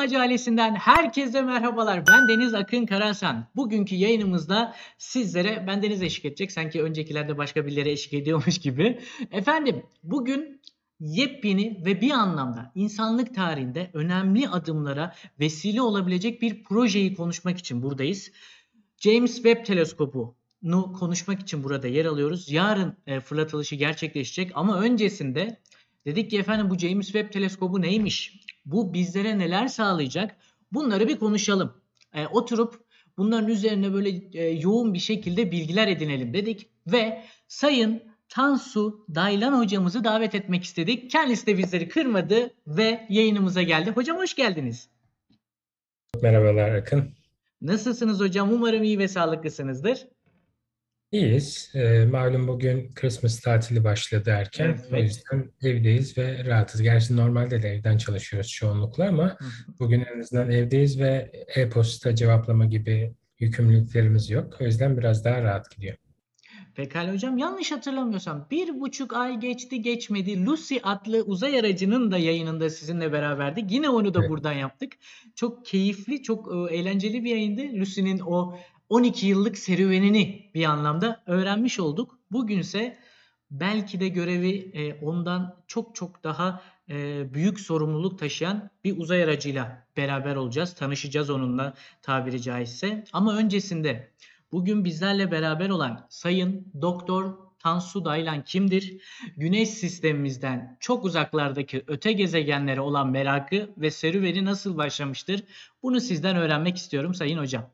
Şifacı ailesinden herkese merhabalar. Ben Deniz Akın Karahasan. Bugünkü yayınımızda sizlere ben Deniz eşlik edecek. Sanki öncekilerde başka birileri eşlik ediyormuş gibi. Efendim bugün yepyeni ve bir anlamda insanlık tarihinde önemli adımlara vesile olabilecek bir projeyi konuşmak için buradayız. James Webb Teleskobu'nu konuşmak için burada yer alıyoruz. Yarın fırlatılışı gerçekleşecek ama öncesinde dedik ki efendim bu James Webb Teleskobu neymiş? Bu bizlere neler sağlayacak? Bunları bir konuşalım. Oturup bunların üzerine böyle yoğun bir şekilde bilgiler edinelim dedik ve Sayın Tansu Daylan hocamızı davet etmek istedik. Kendisi de bizleri kırmadı ve yayınımıza geldi. Hocam hoş geldiniz. Merhabalar Akın. Nasılsınız hocam? Umarım iyi ve sağlıklısınızdır. İyiyiz. Malum bugün Christmas tatili başladı erken. O Evet. yüzden evdeyiz ve rahatız. Gerçi normalde de evden çalışıyoruz çoğunlukla ama Hı hı. bugün en azından evdeyiz ve e-posta cevaplama gibi yükümlülüklerimiz yok. O yüzden biraz daha rahat gidiyor. Pekala hocam. Yanlış hatırlamıyorsam 1,5 ay geçti geçmedi. Lucy adlı uzay aracının da yayınında sizinle beraberdik. Yine onu da Evet. buradan yaptık. Çok keyifli, çok eğlenceli bir yayındı. Lucy'nin o 12 yıllık serüvenini bir anlamda öğrenmiş olduk. Bugünse belki de görevi ondan çok çok daha büyük sorumluluk taşıyan bir uzay aracıyla beraber olacağız. Tanışacağız onunla tabiri caizse. Ama öncesinde bugün bizlerle beraber olan Sayın Doktor Tansu Daylan kimdir? Güneş sistemimizden çok uzaklardaki öte gezegenlere olan merakı ve serüveni nasıl başlamıştır? Bunu sizden öğrenmek istiyorum Sayın Hocam.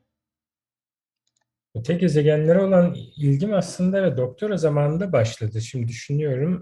Öte gezegenlere olan ilgim aslında ve doktora zamanında başladı. Şimdi düşünüyorum.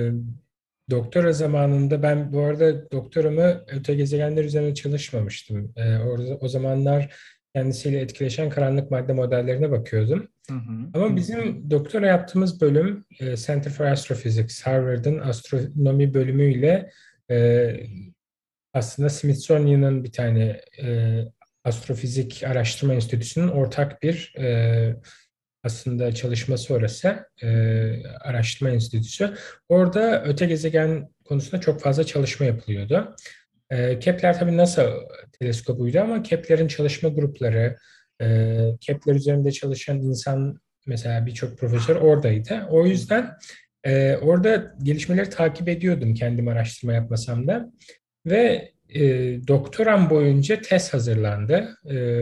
Doktora zamanında ben bu arada doktoramı öte gezegenler üzerine çalışmamıştım. Orada o zamanlar kendisiyle etkileşen karanlık madde modellerine bakıyordum. Hı hı. Ama bizim doktora yaptığımız bölüm Center for Astrophysics, Harvard'ın astronomi bölümüyle e, aslında Smithsonian'ın bir tane astrofizik araştırma enstitüsünün ortak bir aslında çalışması orası, araştırma enstitüsü. Orada öte gezegen konusunda çok fazla çalışma yapılıyordu. Kepler tabii NASA teleskobuydu ama Kepler'in çalışma grupları, Kepler üzerinde çalışan insan mesela birçok profesör oradaydı. O Hı hı. yüzden orada gelişmeleri takip ediyordum kendim araştırma yapmasam da. Ve doktoram boyunca tez hazırlandı.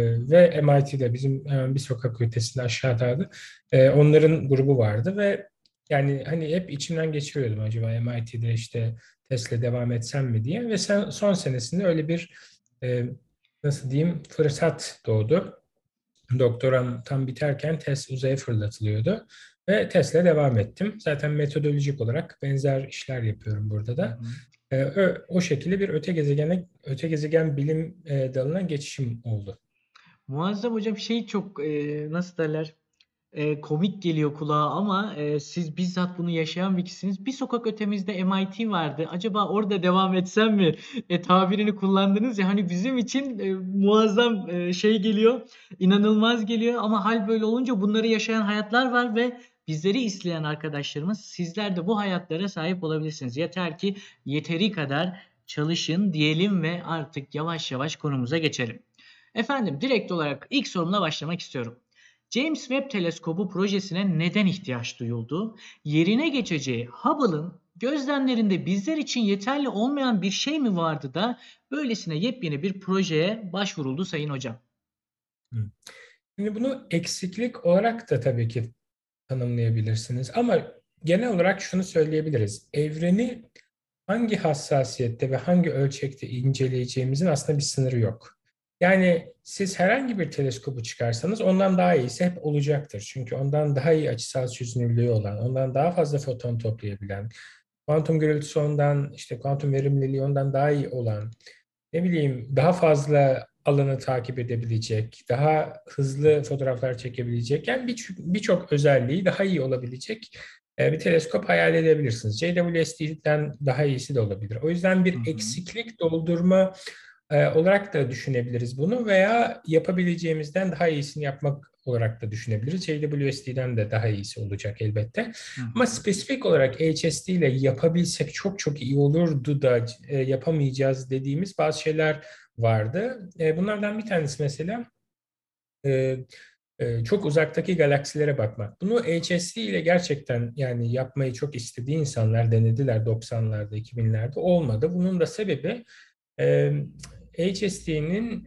Ve MIT'de bizim hemen bir sokak ötesinde aşağıdaydı. Onların grubu vardı ve yani hani hep içimden geçiriyordum acaba MIT'de işte tezle devam etsem mi diye ve son senesinde öyle bir e, nasıl diyeyim fırsat doğdu. Doktoram tam biterken tez uzaya fırlatılıyordu ve tezle devam ettim. Zaten metodolojik olarak benzer işler yapıyorum burada Hı da. hı. O şekilde bir öte gezegen bilim dalına geçişim oldu. Muazzam hocam çok nasıl derler komik geliyor kulağa ama siz bizzat bunu yaşayan bir kişisiniz. Bir sokak ötemizde MIT vardı. Acaba orada devam etsem mi? Tabirini kullandınız ya hani bizim için muazzam geliyor. İnanılmaz geliyor ama hal böyle olunca bunları yaşayan hayatlar var ve bizleri izleyen arkadaşlarımız sizler de bu hayatlara sahip olabilirsiniz. Yeter ki yeteri kadar çalışın diyelim ve artık yavaş yavaş konumuza geçelim. Efendim direkt olarak ilk sorumla başlamak istiyorum. James Webb Teleskobu projesine neden ihtiyaç duyuldu? Yerine geçeceği Hubble'ın gözlemlerinde bizler için yeterli olmayan bir şey mi vardı da böylesine yepyeni bir projeye başvuruldu Sayın Hocam? Hı. Şimdi bunu eksiklik olarak da tabii ki tanımlayabilirsiniz ama genel olarak şunu söyleyebiliriz. Evreni hangi hassasiyette ve hangi ölçekte inceleyeceğimizin aslında bir sınırı yok. Yani siz herhangi bir teleskobu çıkarsanız ondan daha iyisi hep olacaktır. Çünkü ondan daha iyi açısal çözünürlüğü olan, ondan daha fazla foton toplayabilen, kuantum gürültüsü ondan, işte kuantum verimliliği ondan daha iyi olan, ne bileyim daha fazla alanı takip edebilecek, daha hızlı fotoğraflar çekebilecek, yani birçok özelliği daha iyi olabilecek bir teleskop hayal edebilirsiniz. JWST'den daha iyisi de olabilir. O yüzden Hı bir hı. eksiklik doldurma olarak da düşünebiliriz bunu veya yapabileceğimizden daha iyisini yapmak olarak da düşünebiliriz. JWST'den de daha iyisi olacak elbette. Hı Ama hı. spesifik olarak HST ile yapabilsek çok çok iyi olurdu da yapamayacağız dediğimiz bazı şeyler vardı. Bunlardan bir tanesi mesela e, çok uzaktaki galaksilere bakmak. Bunu HST ile gerçekten yani yapmayı çok istediği insanlar denediler 90'larda, 2000'lerde olmadı. Bunun da sebebi HST'nin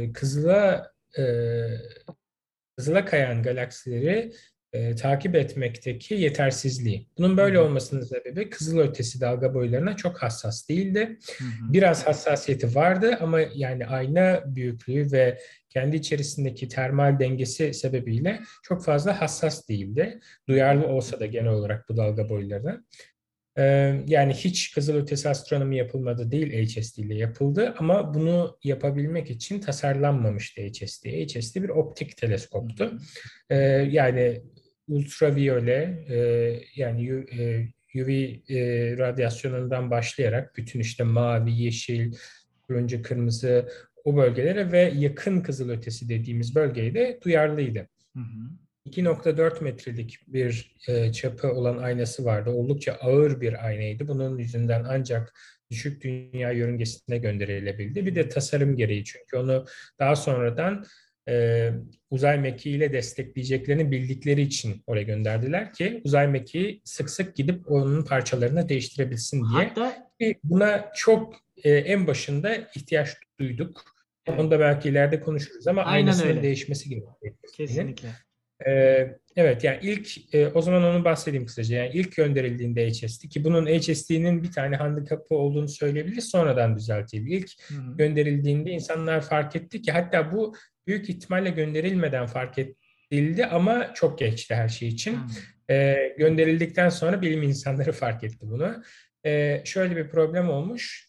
Kızıla kayan galaksileri takip etmekteki yetersizliği. Bunun Hı böyle hı. olmasının sebebi kızılötesi dalga boylarına çok hassas değildi. Hı hı. Biraz hassasiyeti vardı ama yani ayna büyüklüğü ve kendi içerisindeki termal dengesi sebebiyle çok fazla hassas değildi. Hı hı. Duyarlı olsa da genel olarak bu dalga boylarına. Yani hiç kızılötesi astronomi yapılmadı değil, HST ile yapıldı ama bunu yapabilmek için tasarlanmamıştı HST. HST bir optik Hı teleskoptu. hı. Yani ultraviyole yani UV radyasyonundan başlayarak bütün işte mavi, yeşil, turuncu, kırmızı o bölgelere ve yakın kızılötesi dediğimiz bölgeye de duyarlıydı. Hı hı. 2,4 metrelik bir çapı olan aynası vardı. Oldukça ağır bir aynaydı. Bunun yüzünden ancak düşük dünya yörüngesine gönderilebildi. Bir de tasarım gereği çünkü onu daha sonradan e, uzay mekiğiyle destekleyeceklerini bildikleri için oraya gönderdiler ki uzay mekiği sık sık gidip onun parçalarını değiştirebilsin diye. Hatta Buna çok en başında ihtiyaç duyduk. evet, Onu da belki ileride konuşuruz ama aynen aynasının öyle. değişmesi gerekiyor. Kesinlikle. Evet yani ilk o zaman onu bahsedeyim kısaca. Yani ilk gönderildiğinde HST ki bunun HST'nin bir tane handikapı olduğunu söyleyebiliriz. Sonradan düzeltildi. İlk Hı hı. gönderildiğinde insanlar fark etti ki hatta bu büyük ihtimalle gönderilmeden fark edildi ama çok geçti her şey Hı. için. Gönderildikten sonra bilim insanları fark etti bunu. Şöyle bir problem olmuş.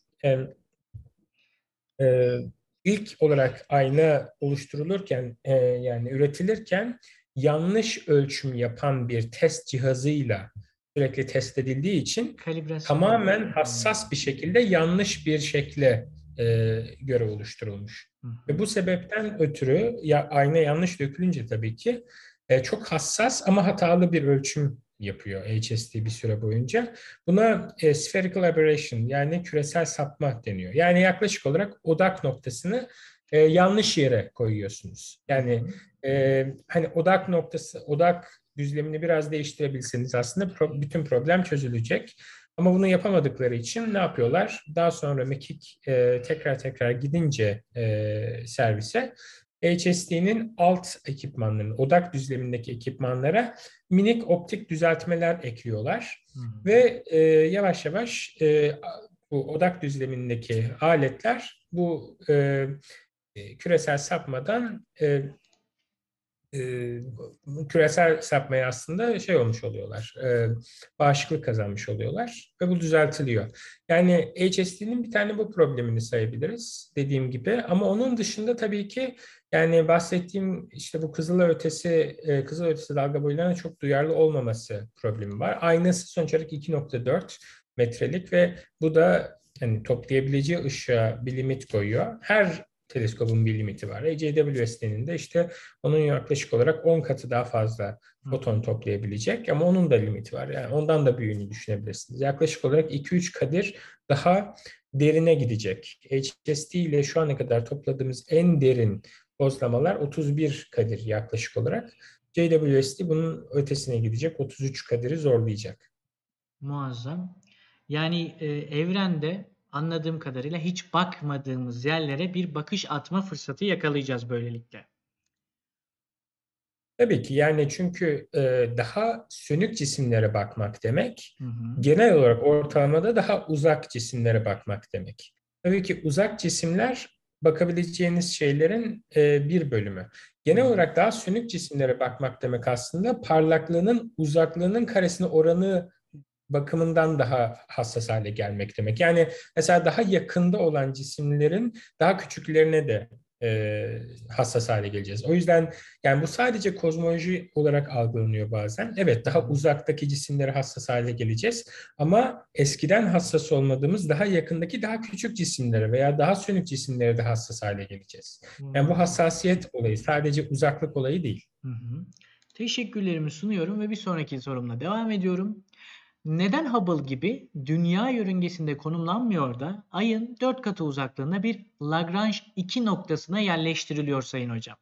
e, ilk olarak ayna oluşturulurken yani üretilirken yanlış ölçüm yapan bir test cihazıyla sürekli test edildiği için Kalibrasyon tamamen olmuş. Hı. hassas bir şekilde yanlış bir şekle göre oluşturulmuş. Hı Ve hı. bu sebepten ötürü ya ayna yanlış dökülünce tabii ki çok hassas ama hatalı bir ölçüm yapıyor HST bir süre boyunca. Buna spherical aberration yani küresel sapma deniyor. Yani yaklaşık olarak odak noktasını yanlış yere koyuyorsunuz. Hı Yani hı. hani odak düzlemini biraz değiştirebilseniz aslında bütün problem çözülecek. Ama bunu yapamadıkları için ne yapıyorlar? Daha sonra mekik tekrar tekrar gidince servise HST'nin alt ekipmanlarının, odak düzlemindeki ekipmanlara minik optik düzeltmeler ekliyorlar. Hı hı. Ve yavaş yavaş bu odak düzlemindeki aletler bu küresel sapmadan e, küresel sapmaya aslında şey olmuş oluyorlar, bağışıklık kazanmış oluyorlar ve bu düzeltiliyor. Yani HSD'nin bir tane bu problemini sayabiliriz dediğim gibi ama onun dışında tabii ki yani bahsettiğim işte bu kızılötesi dalga boylarına çok duyarlı olmaması problemi var. Aynası sonuç olarak 2,4 metrelik ve bu da hani toplayabileceği ışığa bir limit koyuyor. Her teleskobun bir limiti var. JWST'nin de işte onun yaklaşık olarak 10 katı daha fazla Hı foton hı. toplayabilecek ama onun da limiti var. Yani ondan da büyüğünü düşünebilirsiniz. Yaklaşık olarak 2-3 kadir daha derine gidecek. HST ile şu ana kadar topladığımız en derin bozlamalar 31 kadir yaklaşık olarak. JWST bunun ötesine gidecek. 33 kadiri zorlayacak. Muazzam. Yani evrende anladığım kadarıyla hiç bakmadığımız yerlere bir bakış atma fırsatı yakalayacağız böylelikle. Tabii ki yani çünkü daha sönük cisimlere bakmak demek, Hı hı. genel olarak ortalamada daha uzak cisimlere bakmak demek. Tabii ki uzak cisimler bakabileceğiniz şeylerin bir bölümü. Hı Genel hı. olarak daha sönük cisimlere bakmak demek aslında parlaklığının uzaklığının karesine oranı bakımından daha hassas hale gelmek demek. Yani mesela daha yakında olan cisimlerin daha küçüklerine de hassas hale geleceğiz. O yüzden yani bu sadece kozmoloji olarak algılanıyor bazen. Evet Hı daha hı. uzaktaki cisimlere hassas hale geleceğiz. Ama eskiden hassas olmadığımız daha yakındaki daha küçük cisimlere veya daha sönük cisimlere de hassas hale geleceğiz. Yani bu Muazzam. hassasiyet olayı sadece uzaklık olayı değil. Hı hı. Teşekkürlerimi sunuyorum ve bir sonraki sorumla devam ediyorum. Neden Hubble gibi Dünya yörüngesinde konumlanmıyor da Ay'ın 4 katı uzaklığında bir Lagrange 2 noktasına yerleştiriliyor Sayın Hocam?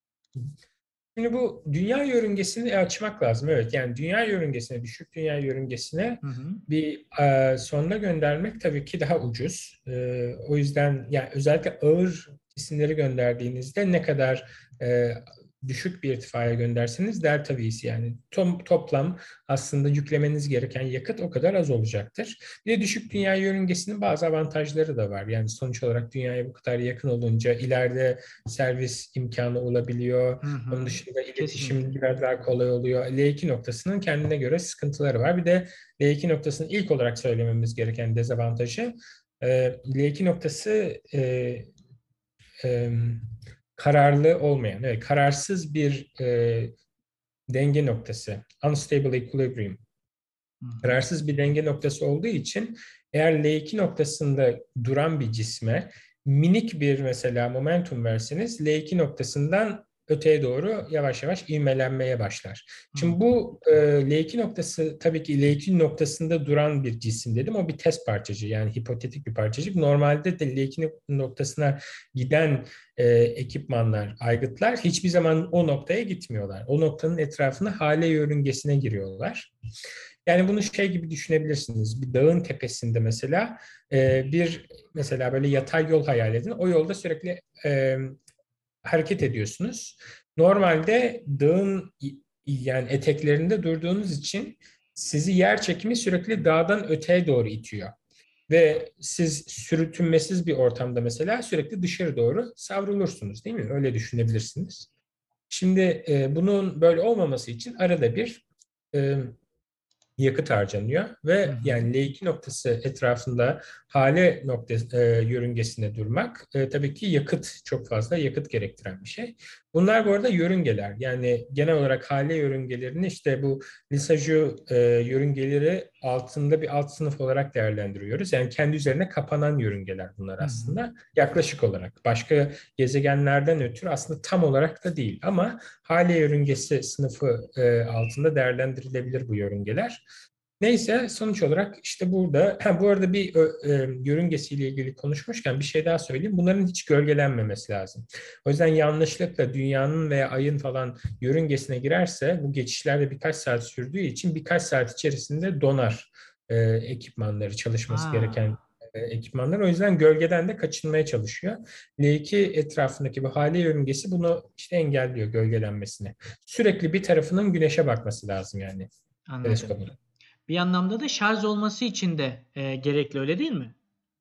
Şimdi bu dünya yörüngesini açmak lazım. Evet, yani dünya yörüngesine, düşük dünya yörüngesine Hı hı. bir sonda göndermek tabii ki daha ucuz. O yüzden yani özellikle ağır cisimleri gönderdiğinizde ne kadar düşük bir irtifaya gönderseniz delta V'si yani toplam aslında yüklemeniz gereken yakıt o kadar az olacaktır. Bir de düşük dünya yörüngesinin bazı avantajları da var. Yani sonuç olarak dünyaya bu kadar yakın olunca ileride servis imkanı olabiliyor. Hı Onun hı. dışında Kesinlikle. iletişim biraz daha kolay oluyor. L2 noktasının kendine göre sıkıntıları var. Bir de L2 noktasının ilk olarak söylememiz gereken dezavantajı L2 noktası e, kararlı olmayan, evet, kararsız bir denge noktası. Unstable equilibrium. Hı hı. Kararsız bir denge noktası olduğu için eğer L2 noktasında duran bir cisme minik bir mesela momentum verseniz L2 noktasından öteye doğru yavaş yavaş ivmelenmeye başlar. Hı Şimdi hı. bu L2 noktası tabii ki L2 noktasında duran bir cisim dedim. O bir test parçacığı yani hipotetik bir parçacık. Normalde de L2 noktasına giden ekipmanlar, aygıtlar hiçbir zaman o noktaya gitmiyorlar. O noktanın etrafına hale yörüngesine giriyorlar. Yani bunu şey gibi düşünebilirsiniz. Bir dağın tepesinde mesela bir mesela böyle yatay yol hayal edin. O yolda sürekli hareket ediyorsunuz. Normalde dağın yani eteklerinde durduğunuz için sizi yer çekimi sürekli dağdan öteye doğru itiyor. Ve siz sürtünmesiz bir ortamda mesela sürekli dışarı doğru savrulursunuz, değil mi? Öyle düşünebilirsiniz. Şimdi bunun böyle olmaması için arada bir e, yakıt harcanıyor Hı ve hı. yani L2 noktası etrafında hale noktası yörüngesinde durmak tabii ki çok fazla yakıt gerektiren bir şey. Bunlar bu arada yörüngeler. Yani genel olarak hale yörüngelerini işte bu Lissajous yörüngeleri altında bir alt sınıf olarak değerlendiriyoruz. Yani kendi üzerine kapanan yörüngeler bunlar Hı hı. aslında. Yaklaşık olarak. Başka gezegenlerden ötürü aslında tam olarak da değil ama hale yörüngesi sınıfı altında değerlendirilebilir bu yörüngeler. Neyse sonuç olarak işte burada bu arada bir yörüngesiyle ilgili konuşmuşken bir şey daha söyleyeyim. Bunların hiç gölgelenmemesi lazım. O yüzden yanlışlıkla dünyanın veya ayın falan yörüngesine girerse bu geçişler de birkaç saat sürdüğü için birkaç saat içerisinde donar ekipmanları çalışması gereken Aa, ekipmanlar. O yüzden gölgeden de kaçınmaya çalışıyor. L2 etrafındaki bu hale yörüngesi bunu işte engelliyor gölgelenmesini. Sürekli bir tarafının güneşe bakması lazım yani anladım. teleskobun. Bir anlamda da şarj olması için de gerekli öyle değil mi?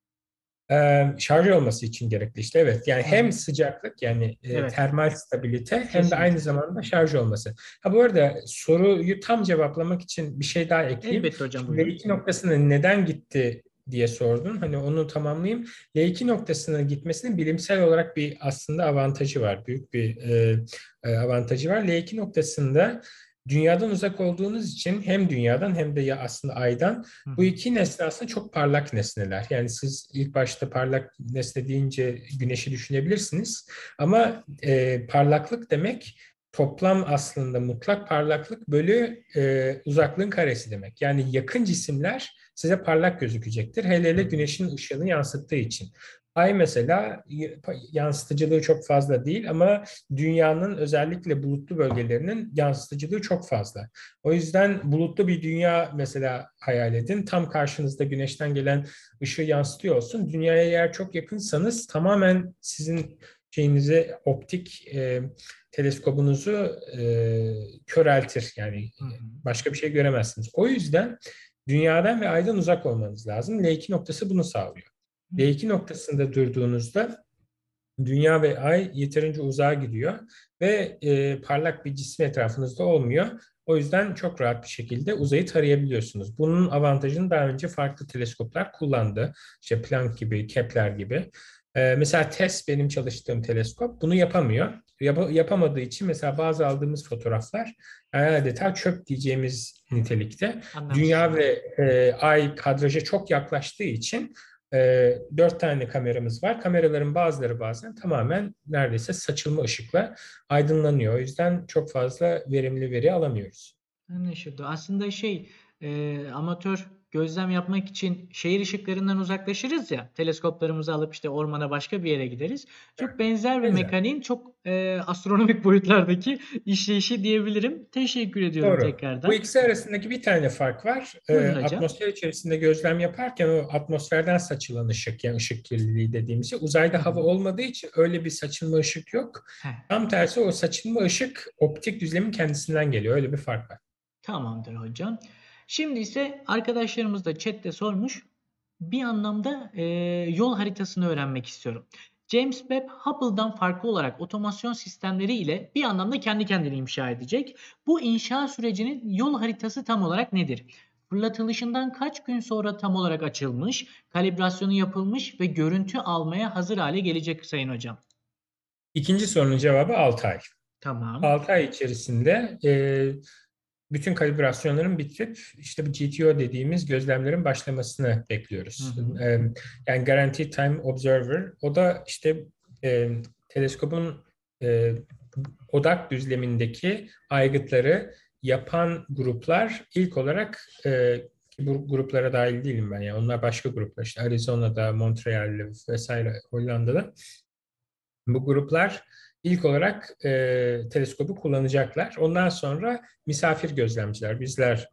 Şarj olması için gerekli işte evet. Yani Hı hı. hem sıcaklık yani Evet, termal stabilite hem de aynı kesinlikle. zamanda şarj olması. Ha bu arada soruyu tam cevaplamak için bir şey daha ekleyeyim. Elbette hocam Şimdi buyurun. L2 noktasına neden gitti diye sordun. Hani onu tamamlayayım. L2 noktasına gitmesinin bilimsel olarak bir aslında avantajı var. Büyük bir avantajı var. L2 noktasında dünyadan uzak olduğunuz için hem dünyadan hem de ya aslında aydan Hı bu hı. iki nesne aslında çok parlak nesneler. Yani siz ilk başta parlak nesne deyince güneşi düşünebilirsiniz. Ama parlaklık demek toplam aslında mutlak parlaklık bölü uzaklığın karesi demek. Yani yakın cisimler size parlak gözükecektir. Hele Hı hele hı. güneşin ışığını yansıttığı için. Ay mesela yansıtıcılığı çok fazla değil ama dünyanın özellikle bulutlu bölgelerinin yansıtıcılığı çok fazla. O yüzden bulutlu bir dünya mesela hayal edin. Tam karşınızda güneşten gelen ışığı yansıtıyor olsun. Dünyaya eğer çok yakınsanız tamamen sizin şeyinizi optik teleskobunuzu köreltir. Yani Hı hı. başka bir şey göremezsiniz. O yüzden dünyadan ve aydan uzak olmanız lazım. L2 noktası bunu sağlıyor. Hı. L2 noktasında durduğunuzda Dünya ve Ay yeterince uzağa gidiyor ve parlak bir cisim etrafınızda olmuyor. O yüzden çok rahat bir şekilde uzayı tarayabiliyorsunuz. Bunun avantajını daha önce farklı teleskoplar kullandı. İşte Planck gibi, Kepler gibi. Mesela TESS benim çalıştığım teleskop bunu yapamıyor. Yapamadığı için mesela bazı aldığımız fotoğraflar adeta çöp diyeceğimiz Hı hı. nitelikte. Dünya Anlamsızlar. ve Ay kadraja çok yaklaştığı için 4 tane kameramız var. Kameraların bazıları bazen tamamen neredeyse saçılma ışıkla aydınlanıyor. O yüzden çok fazla verimli veri alamıyoruz. Anlaşıldı. Aslında şey amatör gözlem yapmak için şehir ışıklarından uzaklaşırız ya. Teleskoplarımızı alıp işte ormana başka bir yere gideriz. Çok benzer bir Benzer. mekaniğin çok astronomik boyutlardaki işleyişi diyebilirim. Teşekkür ediyorum Doğru. Bu tekrardan. ikisi arasındaki bir tane fark var. Buyurun hocam. Atmosfer içerisinde gözlem yaparken o atmosferden saçılan ışık, yani ışık kirliliği dediğimiz şey, Hı uzayda hava hı. olmadığı için öyle bir saçılma ışık yok. Heh, Tam tersi, o saçılma ışık optik düzlemin kendisinden geliyor. Öyle bir fark var. tamamdır hocam. Şimdi ise arkadaşlarımız da chatte sormuş. Bir anlamda yol haritasını öğrenmek istiyorum. James Webb Hubble'dan farklı olarak otomasyon sistemleri ile bir anlamda kendi kendini inşa edecek. Bu inşa sürecinin yol haritası tam olarak nedir? Fırlatılışından kaç gün sonra tam olarak açılmış, kalibrasyonu yapılmış ve görüntü almaya hazır hale gelecek sayın hocam? İkinci sorunun cevabı 6 ay. Tamam. 6 ay içerisinde bütün kalibrasyonların bitip işte bu GTO dediğimiz gözlemlerin başlamasını Hı bekliyoruz. hı. Yani Guaranteed Time Observer, o da işte e, teleskopun e, odak düzlemindeki aygıtları yapan gruplar ilk olarak bu gruplara dahil değilim ben, yani onlar başka gruplar, işte Arizona'da, Montreal'de vesaire, Hollanda'da bu gruplar ilk olarak teleskobu kullanacaklar. Ondan sonra misafir gözlemciler, bizler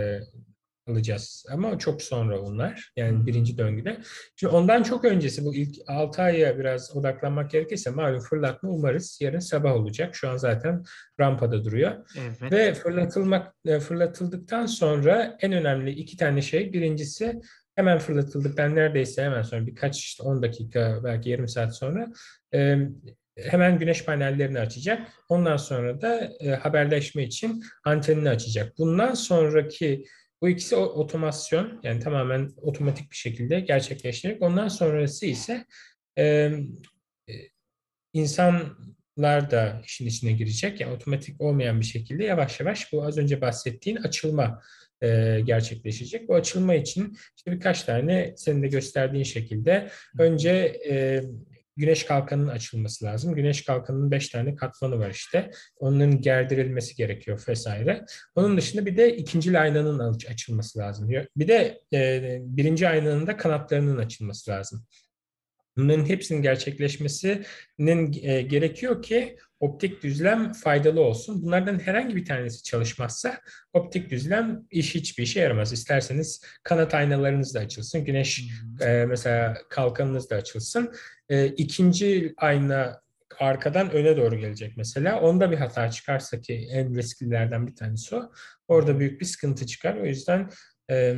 alacağız. Ama çok sonra onlar. Hı Yani hı. birinci döngüde. Şimdi ondan çok öncesi, bu ilk 6 aya biraz odaklanmak gerekirse, malum fırlatma umarız yarın sabah olacak. Şu an zaten rampada duruyor. Evet. Ve fırlatıldıktan sonra en önemli iki tane şey. Birincisi, hemen fırlatıldıktan neredeyse hemen sonra, birkaç işte 10 dakika, belki yarım saat sonra e, hemen güneş panellerini açacak. Ondan sonra da haberleşme için antenini açacak. Bundan sonraki, bu ikisi otomasyon, yani tamamen otomatik bir şekilde gerçekleşecek. Ondan sonrası ise e, e, insanlar da işin içine girecek. Yani otomatik olmayan bir şekilde yavaş yavaş bu az önce bahsettiğin açılma gerçekleşecek. Bu açılma için işte birkaç tane senin de gösterdiğin şekilde Hı hı. önce güneş kalkanının açılması lazım. Güneş kalkanının 5 tane katmanı var işte. Onların gerdirilmesi gerekiyor vesaire. Hı Onun hı. dışında bir de ikinci aynanın açılması lazım. Bir de birinci aynanın da kanatlarının açılması lazım. Bunların hepsinin gerçekleşmesinin gerekiyor ki optik düzlem faydalı olsun. Bunlardan herhangi bir tanesi çalışmazsa optik düzlem hiçbir işe yaramaz. İsterseniz kanat aynalarınız da açılsın, Hı güneş hı. mesela kalkanınız da açılsın. İkinci ayna arkadan öne doğru gelecek mesela. Onda bir hata çıkarsa, ki en risklilerden bir tanesi o, Hı hı. orada büyük bir sıkıntı çıkar. O yüzden e,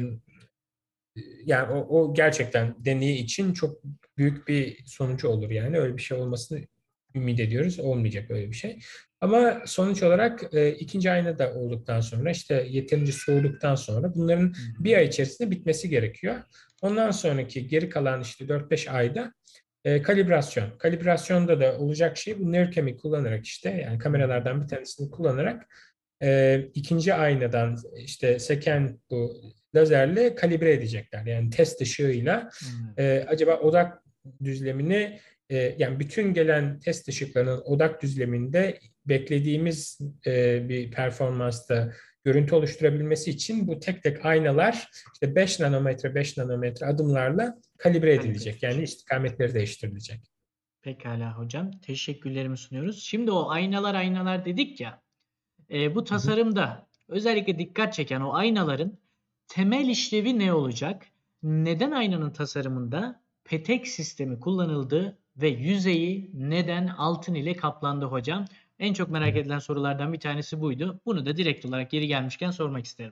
yani o gerçekten deney için çok büyük bir sonucu olur yani. Öyle bir şey olmasını ümit ediyoruz. Olmayacak öyle bir şey. Ama sonuç olarak ikinci ayna da olduktan sonra, işte yeterince soğuduktan sonra, bunların Hı hı. bir ay içerisinde bitmesi gerekiyor. Ondan sonraki geri kalan işte 4-5 ayda kalibrasyon. Kalibrasyonda da olacak şey, bu Neurchem'i kullanarak, işte yani Hı hı. kameralardan bir tanesini kullanarak ikinci aynadan işte seken bu lazerle kalibre edecekler. Yani test ışığıyla Evet. acaba odak düzlemini, yani bütün gelen test ışıklarının odak düzleminde beklediğimiz bir performansta görüntü oluşturabilmesi için bu tek tek aynalar işte 5 nanometre 5 nanometre adımlarla kalibre Kalibre edilecek. Yani edilecek. istikametleri değiştirilecek. Pekala hocam. Teşekkürlerimi sunuyoruz. Şimdi o aynalar aynalar dedik ya. Bu Hı hı. tasarımda özellikle dikkat çeken o aynaların temel işlevi ne olacak? Neden aynanın tasarımında petek sistemi kullanıldı ve yüzeyi neden altın ile kaplandı hocam? En çok merak edilen sorulardan bir tanesi buydu. Bunu da direkt olarak geri gelmişken sormak isterim.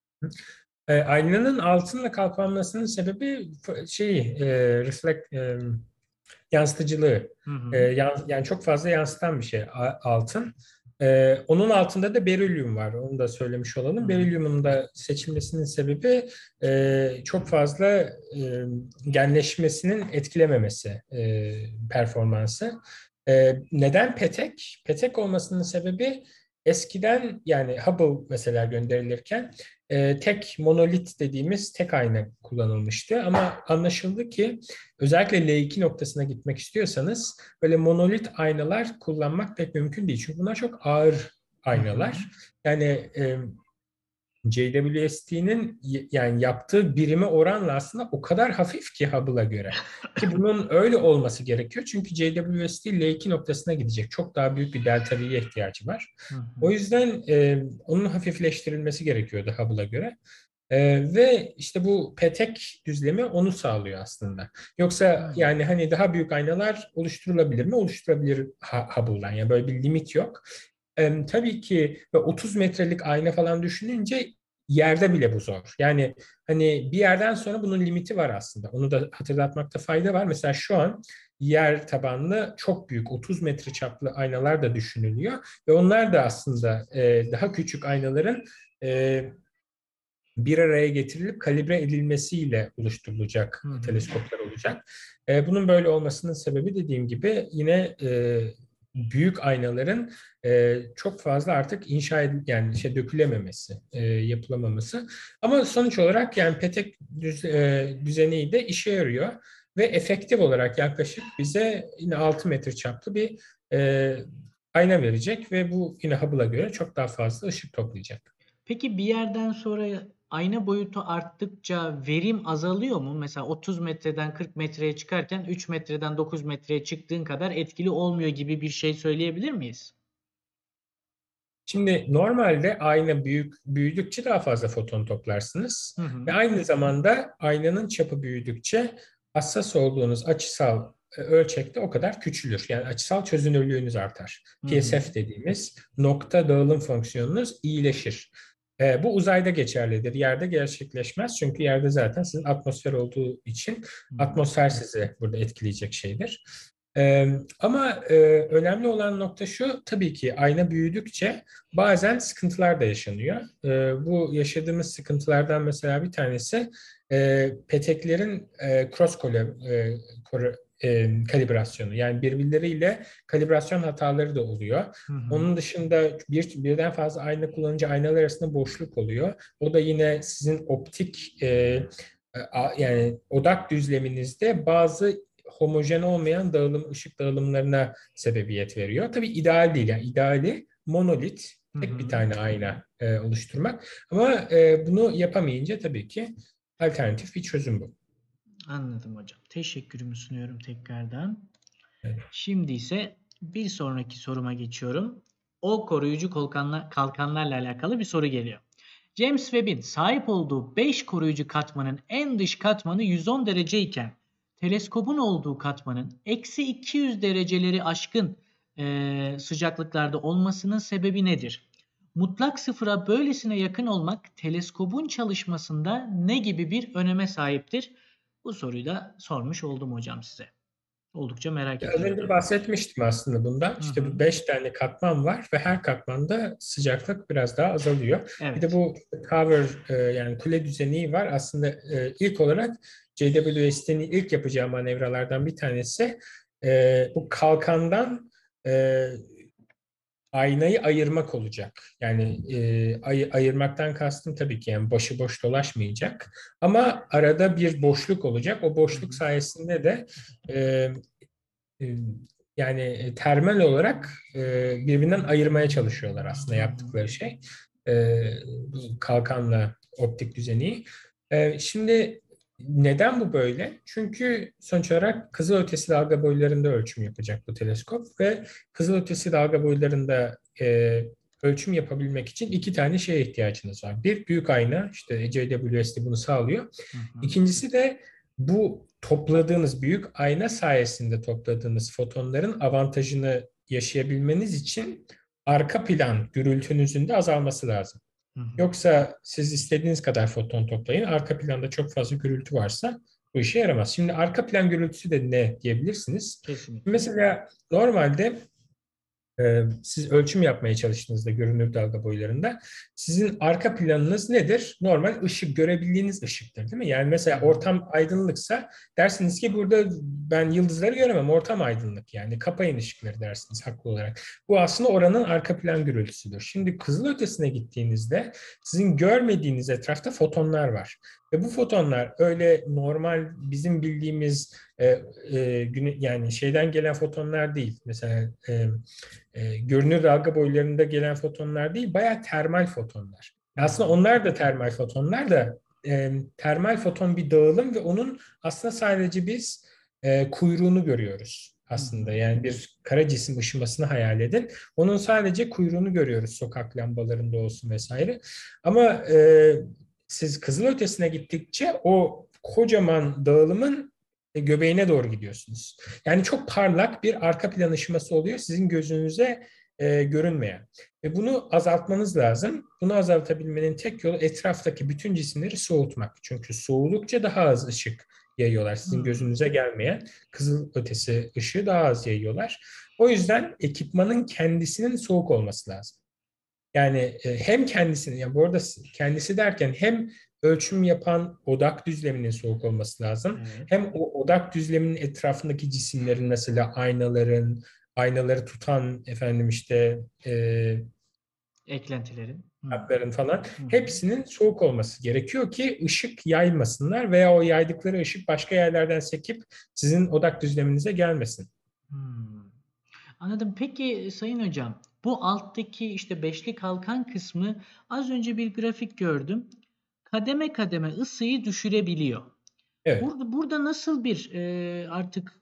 Aynanın altınla kaplanmasının sebebi yansıtıcılığı. Hı hı. Yani çok fazla yansıtan bir şey altın. Onun altında da berilyum var. Onu da söylemiş Hı olalım. hı. Berilyumun da seçilmesinin sebebi çok fazla genleşmesinin etkilememesi performansı. Neden petek? Petek olmasının sebebi, eskiden yani Hubble mesela gönderilirken tek monolit dediğimiz tek ayna kullanılmıştı. Ama anlaşıldı ki özellikle L2 noktasına gitmek istiyorsanız böyle monolit aynalar kullanmak pek mümkün değil. Çünkü bunlar çok ağır Hı hı. aynalar. Yani JWST'nin yani yaptığı birime oranla aslında o kadar hafif ki Hubble'a göre. Ki bunun öyle olması gerekiyor. Çünkü JWST L2 noktasına gidecek. Çok daha büyük bir delta V'ye ihtiyacı var. Hı hı. O yüzden onun hafifleştirilmesi gerekiyordu Hubble'a göre. Ve işte bu petek düzlemi onu sağlıyor aslında. Yoksa Hı. yani hani daha büyük aynalar oluşturulabilir mi? Oluşturabilir Hubble'dan. Yani böyle bir limit yok. Tabii ki 30 metrelik ayna falan düşününce yerde bile bu zor. Yani hani bir yerden sonra bunun limiti var aslında. Onu da hatırlatmakta fayda var. Mesela şu an yer tabanlı çok büyük 30 metre çaplı aynalar da düşünülüyor ve onlar da aslında daha küçük aynaların e, bir araya getirilip kalibre edilmesiyle oluşturulacak Hı hı. teleskoplar olacak. Bunun böyle olmasının sebebi dediğim gibi yine büyük aynaların çok fazla artık yani dökülememesi, yapılamaması. Ama sonuç olarak yani petek düzeni de işe yarıyor ve efektif olarak yaklaşık bize yine 6 metre çaplı bir ayna verecek ve bu yine Hubble'a göre çok daha fazla ışık toplayacak. Peki bir yerden sonra ayna boyutu arttıkça verim azalıyor mu? Mesela 30 metreden 40 metreye çıkarken 3 metreden 9 metreye çıktığın kadar etkili olmuyor gibi bir şey söyleyebilir miyiz? Şimdi normalde ayna büyüdükçe daha fazla foton toplarsınız Hı ve hı. aynı zamanda aynanın çapı büyüdükçe hassas olduğunuz açısal ölçekte o kadar küçülür. Yani açısal çözünürlüğünüz artar. Hı hı. PSF dediğimiz nokta dağılım fonksiyonunuz iyileşir. Bu uzayda geçerlidir. Yerde gerçekleşmez. Çünkü yerde zaten sizin atmosfer olduğu için Hı hı. atmosfer sizi burada etkileyecek şeydir. Ama önemli olan nokta şu, tabii ki ayna büyüdükçe bazen sıkıntılar da yaşanıyor. Bu yaşadığımız sıkıntılardan mesela bir tanesi peteklerin kalibrasyonu. Yani birbirleriyle kalibrasyon hataları da oluyor. Hı hı. Onun dışında birden fazla ayna kullanıcı aynalar arasında boşluk oluyor. O da yine sizin optik yani odak düzleminizde bazı homojen olmayan ışık dağılımlarına sebebiyet veriyor. Tabii ideal değil. Yani ideali monolit, Hı tek bir hı. tane ayna oluşturmak. Ama bunu yapamayınca tabii ki alternatif bir çözüm bu. Anladım hocam. Teşekkürümü sunuyorum tekrardan. Evet. Şimdi ise bir sonraki soruma geçiyorum. O koruyucu kalkanlarla alakalı bir soru geliyor. James Webb'in sahip olduğu 5 koruyucu katmanın en dış katmanı 110 derece iken teleskobun olduğu katmanın eksi 200 dereceleri aşkın sıcaklıklarda olmasının sebebi nedir? Mutlak sıfıra böylesine yakın olmak teleskobun çalışmasında ne gibi bir öneme sahiptir? Bu soruyu da sormuş oldum hocam size. Oldukça merak Az önce ediliyordu. bahsetmiştim aslında bundan. Hı hı. İşte 5 tane katman var ve her katmanda sıcaklık biraz daha azalıyor. Bir de Evet. bu cover yani kule düzeni var. Aslında ilk olarak JWST'nin ilk yapacağı manevralardan bir tanesi bu kalkandan e, aynayı ayırmak olacak. Yani ayırmaktan kastım tabii ki yani başıboş dolaşmayacak. Ama arada bir boşluk olacak. O Hı boşluk hı. sayesinde de e, e, yani termal olarak birbirinden ayırmaya çalışıyorlar aslında Hı hı. yaptıkları şey. Bu kalkanla optik düzeni. Şimdi neden bu böyle? Çünkü sonuç olarak kızılötesi dalga boylarında ölçüm yapacak bu teleskop ve kızılötesi dalga boylarında ölçüm yapabilmek için 2 tane şeye ihtiyacınız var. Bir, büyük ayna, işte JWST bunu sağlıyor. Hı hı. İkincisi de bu topladığınız büyük ayna sayesinde topladığınız fotonların avantajını yaşayabilmeniz için arka plan gürültünüzün de azalması lazım. Hı hı. Yoksa siz istediğiniz kadar foton toplayın. Arka planda çok fazla gürültü varsa bu işe yaramaz. Şimdi arka plan gürültüsü de ne diyebilirsiniz? Kesinlikle. Mesela normalde siz ölçüm yapmaya çalıştığınızda görünür dalga boylarında sizin arka planınız nedir? Normal ışık, görebildiğiniz ışıktır değil mi? Yani Hı mesela hı. ortam aydınlıksa dersiniz ki burada ben yıldızları göremem, ortam aydınlık yani kapayın ışıkları dersiniz haklı olarak. Bu aslında oranın arka plan gürültüsüdür. Şimdi kızılötesine gittiğinizde sizin görmediğiniz etrafta fotonlar var. Ve bu fotonlar öyle normal bizim bildiğimiz yani şeyden gelen fotonlar değil. Mesela görünür dalga boylarında gelen fotonlar değil, bayağı termal fotonlar. Aslında Hmm. onlar da termal fotonlar da termal foton bir dağılım ve onun aslında sadece biz kuyruğunu görüyoruz Hı aslında. hı. Yani bir kara cisim ışımasını hayal edin. Onun sadece kuyruğunu görüyoruz sokak lambalarında olsun vesaire. Ama siz kızılötesine gittikçe o kocaman dağılımın göbeğine doğru gidiyorsunuz. Yani çok parlak bir arka plan ışıması oluyor sizin gözünüze görünmeyen. Ve bunu azaltmanız lazım. Bunu azaltabilmenin tek yolu etraftaki bütün cisimleri soğutmak. Çünkü soğudukça daha az ışık yayıyorlar. Sizin Hmm. gözünüze gelmeyen kızılötesi ışığı daha az yayıyorlar. O yüzden ekipmanın kendisinin soğuk olması lazım. Yani hem kendisinin, yani bu arada kendisi derken hem ölçüm yapan odak düzleminin soğuk olması lazım. Evet. Hem o odak düzleminin etrafındaki cisimlerin, mesela aynaları tutan efendim işte Eklentilerin. Hmm. hatların falan Hı hı. hepsinin soğuk olması gerekiyor ki ışık yaymasınlar veya o yaydıkları ışık başka yerlerden sekip sizin odak düzleminize gelmesin. Hmm. Anladım. Peki Sayın Hocam, bu alttaki işte beşli kalkan kısmı az önce bir grafik gördüm. Kademe kademe ısıyı düşürebiliyor. Evet. Burada nasıl bir artık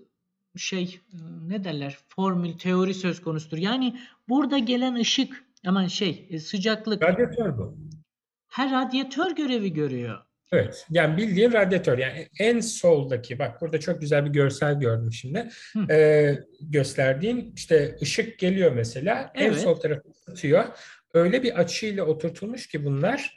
ne derler formül teori söz konusudur. Yani burada gelen ışık aman sıcaklık Radyatör bu. her radyatör görevi görüyor. Evet. Yani bildiğin radyatör. Yani en soldaki, bak burada çok güzel bir görsel gördüm şimdi. Hı, Gösterdiğin işte ışık geliyor mesela. En sol evet, tarafı ısıtıyor. Öyle bir açıyla oturtulmuş ki bunlar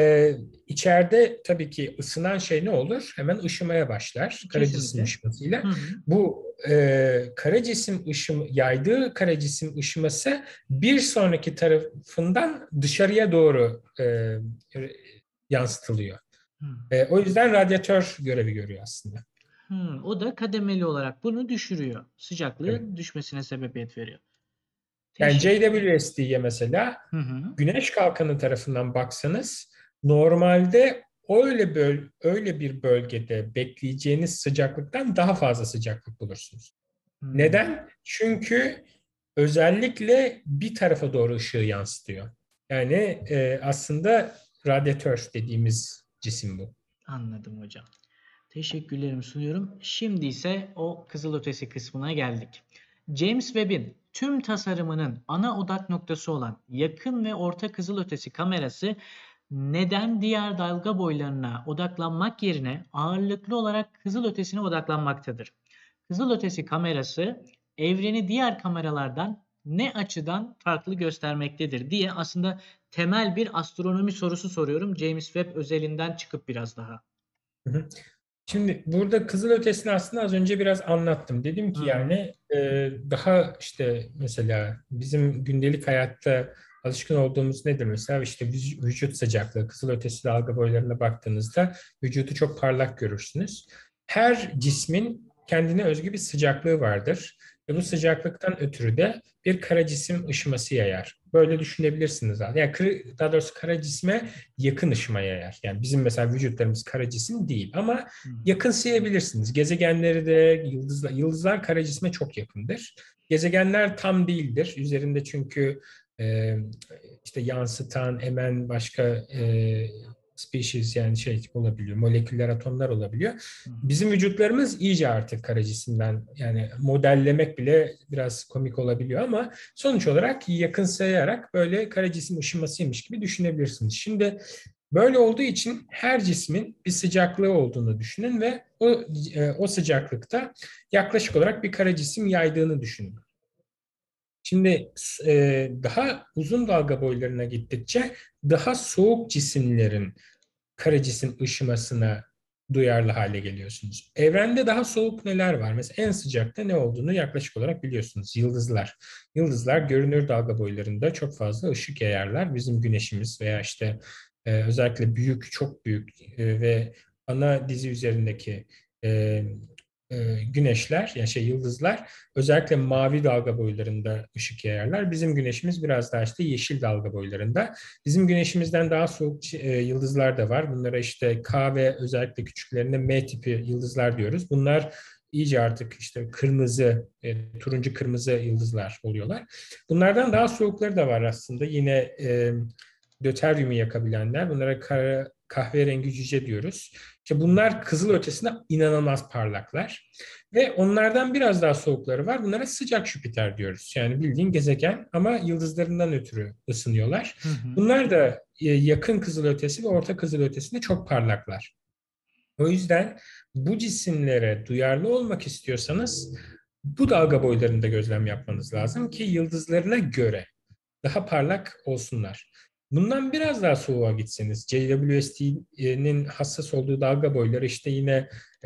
içeride tabii ki ısınan şey ne olur? Hemen ışımaya başlar. Kara cisim kesinlikle. ışımasıyla. Hı hı. Bu kara cisim yaydığı kara cisim ışıması bir sonraki tarafından dışarıya doğru yansıtılıyor. Hı. O yüzden radyatör görevi görüyor aslında. O da kademeli olarak bunu düşürüyor. Evet. Sıcaklığı düşmesine sebebiyet veriyor. Yani Teşekkür. JWST'ye mesela Hı hı. güneş kalkanı tarafından baksanız normalde öyle bir bölgede bekleyeceğiniz sıcaklıktan daha fazla sıcaklık bulursunuz. Hmm, Neden? Çünkü özellikle bir tarafa doğru ışığı yansıtıyor. Yani aslında radyatör dediğimiz cisim bu. anladım hocam. Teşekkürlerimi sunuyorum. Şimdi ise o kızılötesi kısmına geldik. James Webb'in tüm tasarımının ana odak noktası olan yakın ve orta kızılötesi kamerası neden diğer dalga boylarına odaklanmak yerine ağırlıklı olarak kızılötesine odaklanmaktadır? Kızılötesi kamerası evreni diğer kameralardan ne açıdan farklı göstermektedir diye aslında temel bir astronomi sorusu soruyorum. James Webb özelinden çıkıp biraz daha. Hı hı. Şimdi burada kızılötesini aslında az önce biraz anlattım. Dedim Hı ki hı. yani daha işte mesela bizim gündelik hayatta alışkın olduğumuz nedir mesela işte vücut sıcaklığı kızılötesi dalga boylarına baktığınızda vücudu çok parlak görürsünüz. Her cismin kendine özgü bir sıcaklığı vardır ve bu Evet. sıcaklıktan ötürü de bir kara cisim ışıması yayar. Böyle düşünebilirsiniz. Yani daha doğrusu kara cisme yakın ışıma yayar. Yani bizim mesela vücutlarımız kara cisim değil ama Hı hı. yakınsayabilirsiniz. Gezegenleri de yıldızlar kara cisme çok yakındır. Gezegenler tam değildir. Üzerinde çünkü e, işte yansıtan, emen başka species yani şey olabiliyor. Moleküller atomlar olabiliyor. Hı hı. Bizim vücutlarımız iyice artık kara cisimden yani modellemek bile biraz komik olabiliyor ama sonuç olarak yakınsayarak böyle kara cisim ışımasıymış gibi düşünebilirsiniz. Şimdi böyle olduğu için her cismin bir sıcaklığı olduğunu düşünün ve o sıcaklıkta yaklaşık olarak bir kara cisim yaydığını düşünün. Şimdi daha uzun dalga boylarına gittikçe daha soğuk cisimlerin kara cisim ışımasına duyarlı hale geliyorsunuz. Evrende daha soğuk neler var? Mesela en sıcakta ne olduğunu yaklaşık olarak biliyorsunuz. Yıldızlar. Yıldızlar görünür dalga boylarında çok fazla ışık yayarlar. Bizim güneşimiz veya işte özellikle büyük, çok büyük ve ana dizi üzerindeki e, güneşler, yani yıldızlar özellikle mavi dalga boylarında ışık yayarlar. Bizim güneşimiz biraz daha işte yeşil dalga boylarında. Bizim güneşimizden daha soğuk yıldızlar da var. Bunlara işte K ve özellikle küçüklerine M tipi yıldızlar diyoruz. Bunlar iyice artık işte kırmızı, turuncu kırmızı yıldızlar oluyorlar. Bunlardan daha soğukları da var aslında. Yine Döteryumu yakabilenler, bunlara kahverengi cüce diyoruz. İşte bunlar kızıl ötesinde inanılmaz parlaklar. Ve onlardan biraz daha soğukları var. Bunlara sıcak Jüpiter diyoruz. Yani bildiğin gezegen ama yıldızlarından ötürü ısınıyorlar. Hı hı. Bunlar da yakın kızılötesi ve orta kızılötesinde çok parlaklar. O yüzden bu cisimlere duyarlı olmak istiyorsanız bu dalga boylarında gözlem yapmanız lazım ki yıldızlarına göre daha parlak olsunlar. Bundan biraz daha soğuğa gitseniz, JWST'nin hassas olduğu dalga boyları işte yine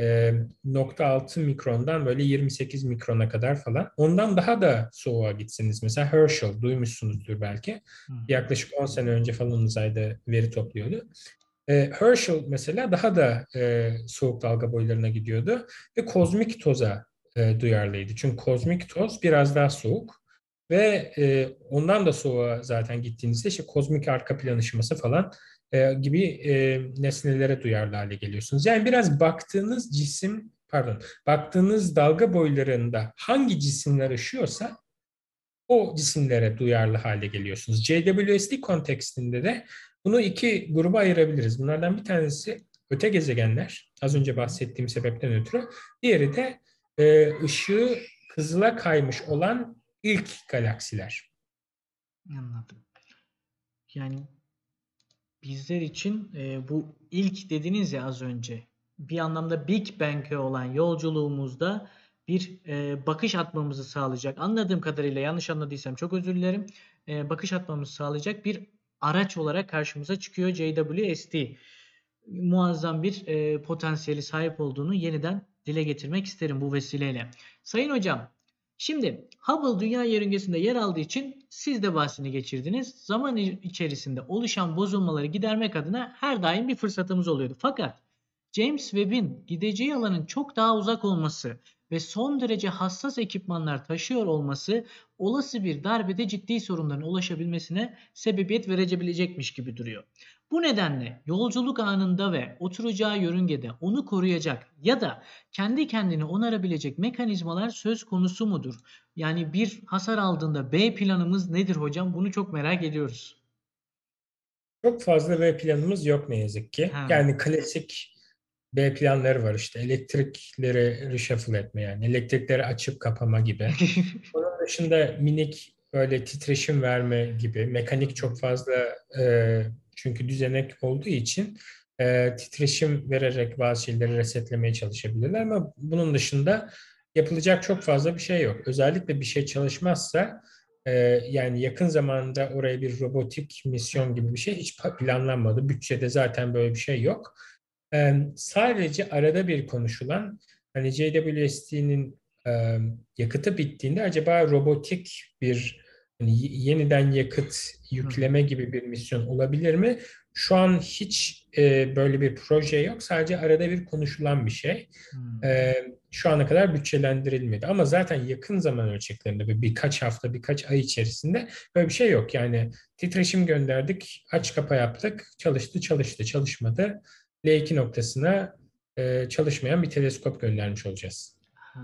nokta 6 mikrondan böyle 28 mikrona kadar falan. Ondan daha da soğuğa gitseniz, mesela Herschel duymuşsunuzdur belki. Hı hı. Yaklaşık 10 sene önce falan uzayda veri topluyordu. Herschel mesela daha da soğuk dalga boylarına gidiyordu ve kozmik toza duyarlıydı. Çünkü kozmik toz biraz daha soğuk ve ondan da soğuğa zaten gittiğinizde işte kozmik arka plan ışıması falan gibi nesnelere duyarlı hale geliyorsunuz. Yani biraz baktığınız cisim, pardon, baktığınız dalga boylarında hangi cisimler ışıyorsa o cisimlere duyarlı hale geliyorsunuz. JWST kontekstinde de bunu iki gruba ayırabiliriz. Bunlardan bir tanesi öte gezegenler, az Hı önce hı. bahsettiğim sebepten ötürü. Diğeri de ışığı kızıla kaymış olan ilk galaksiler. Anladım. Yani bizler için bu ilk dediniz ya az önce, bir anlamda Big Bang'e olan yolculuğumuzda bir bakış atmamızı sağlayacak. Anladığım kadarıyla, yanlış anladıysam çok özür dilerim. Bakış atmamızı sağlayacak bir araç olarak karşımıza çıkıyor JWST. Muazzam bir potansiyeli sahip olduğunu yeniden dile getirmek isterim bu vesileyle. Sayın hocam, şimdi Hubble dünya yörüngesinde yer aldığı için siz de bahsini geçirdiniz. Zaman içerisinde oluşan bozulmaları gidermek adına her daim bir fırsatımız oluyordu. Fakat James Webb'in gideceği alanın çok daha uzak olması ve son derece hassas ekipmanlar taşıyor olması olası bir darbede ciddi sorunların ulaşabilmesine sebebiyet verebilecekmiş gibi duruyor. Bu nedenle yolculuk anında ve oturacağı yörüngede onu koruyacak ya da kendi kendini onarabilecek mekanizmalar söz konusu mudur? Yani bir hasar aldığında B planımız nedir hocam? Bunu çok merak ediyoruz. Çok fazla B planımız yok ne yazık ki. Ha. Yani klasik B planları var işte elektrikleri reshuffle etme, yani elektrikleri açıp kapama gibi. Onun dışında minik böyle titreşim verme gibi mekanik çok fazla çünkü düzenek olduğu için titreşim vererek bazı şeyleri resetlemeye çalışabilirler ama bunun dışında yapılacak çok fazla bir şey yok. Özellikle bir şey çalışmazsa e, yani yakın zamanda oraya bir robotik misyon gibi bir şey hiç planlanmadı. Bütçede zaten böyle bir şey yok. Sadece arada bir konuşulan hani JWST'nin yakıtı bittiğinde acaba robotik bir hani yeniden yakıt yükleme gibi bir misyon olabilir mi? Şu an hiç böyle bir proje yok. Sadece arada bir konuşulan bir şey. Şu ana kadar bütçelendirilmedi. Ama zaten yakın zaman ölçeklerinde birkaç hafta, birkaç ay içerisinde böyle bir şey yok. Yani titreşim gönderdik, aç kapa yaptık, çalıştı, çalıştı, çalışmadı. L2 noktasına çalışmayan bir teleskop göndermiş olacağız.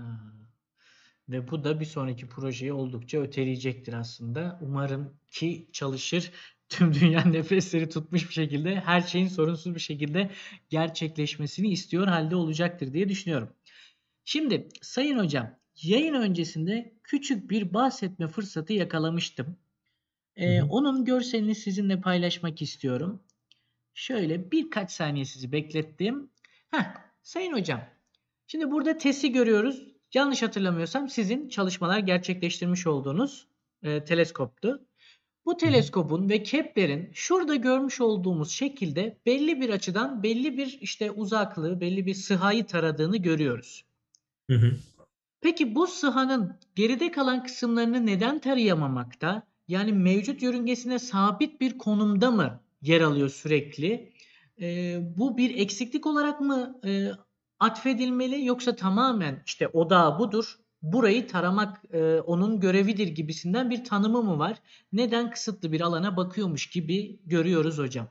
Ve bu da bir sonraki projeyi oldukça öteleyecektir aslında. Umarım ki çalışır. Tüm dünya nefesleri tutmuş bir şekilde her şeyin sorunsuz bir şekilde gerçekleşmesini istiyor halde olacaktır diye düşünüyorum. Şimdi sayın hocam, yayın öncesinde küçük bir bahsetme fırsatı yakalamıştım. Hı hı. Onun görselini sizinle paylaşmak istiyorum. Şöyle birkaç saniye sizi beklettim. Heh, sayın hocam, şimdi burada TES'i görüyoruz. Yanlış hatırlamıyorsam sizin çalışmalar gerçekleştirmiş olduğunuz teleskoptu. Bu Hı hı. teleskopun ve Kepler'in şurada görmüş olduğumuz şekilde belli bir açıdan belli bir işte uzaklığı, belli bir sıhhayı taradığını görüyoruz. Hı hı. Peki bu sıhanın geride kalan kısımlarını neden tarayamamakta? Yani mevcut yörüngesine sabit bir konumda mı yer alıyor sürekli? Bu bir eksiklik olarak mı atfedilmeli yoksa tamamen işte odağı budur, burayı taramak onun görevidir gibisinden bir tanımı mı var? Neden kısıtlı bir alana bakıyormuş gibi görüyoruz hocam?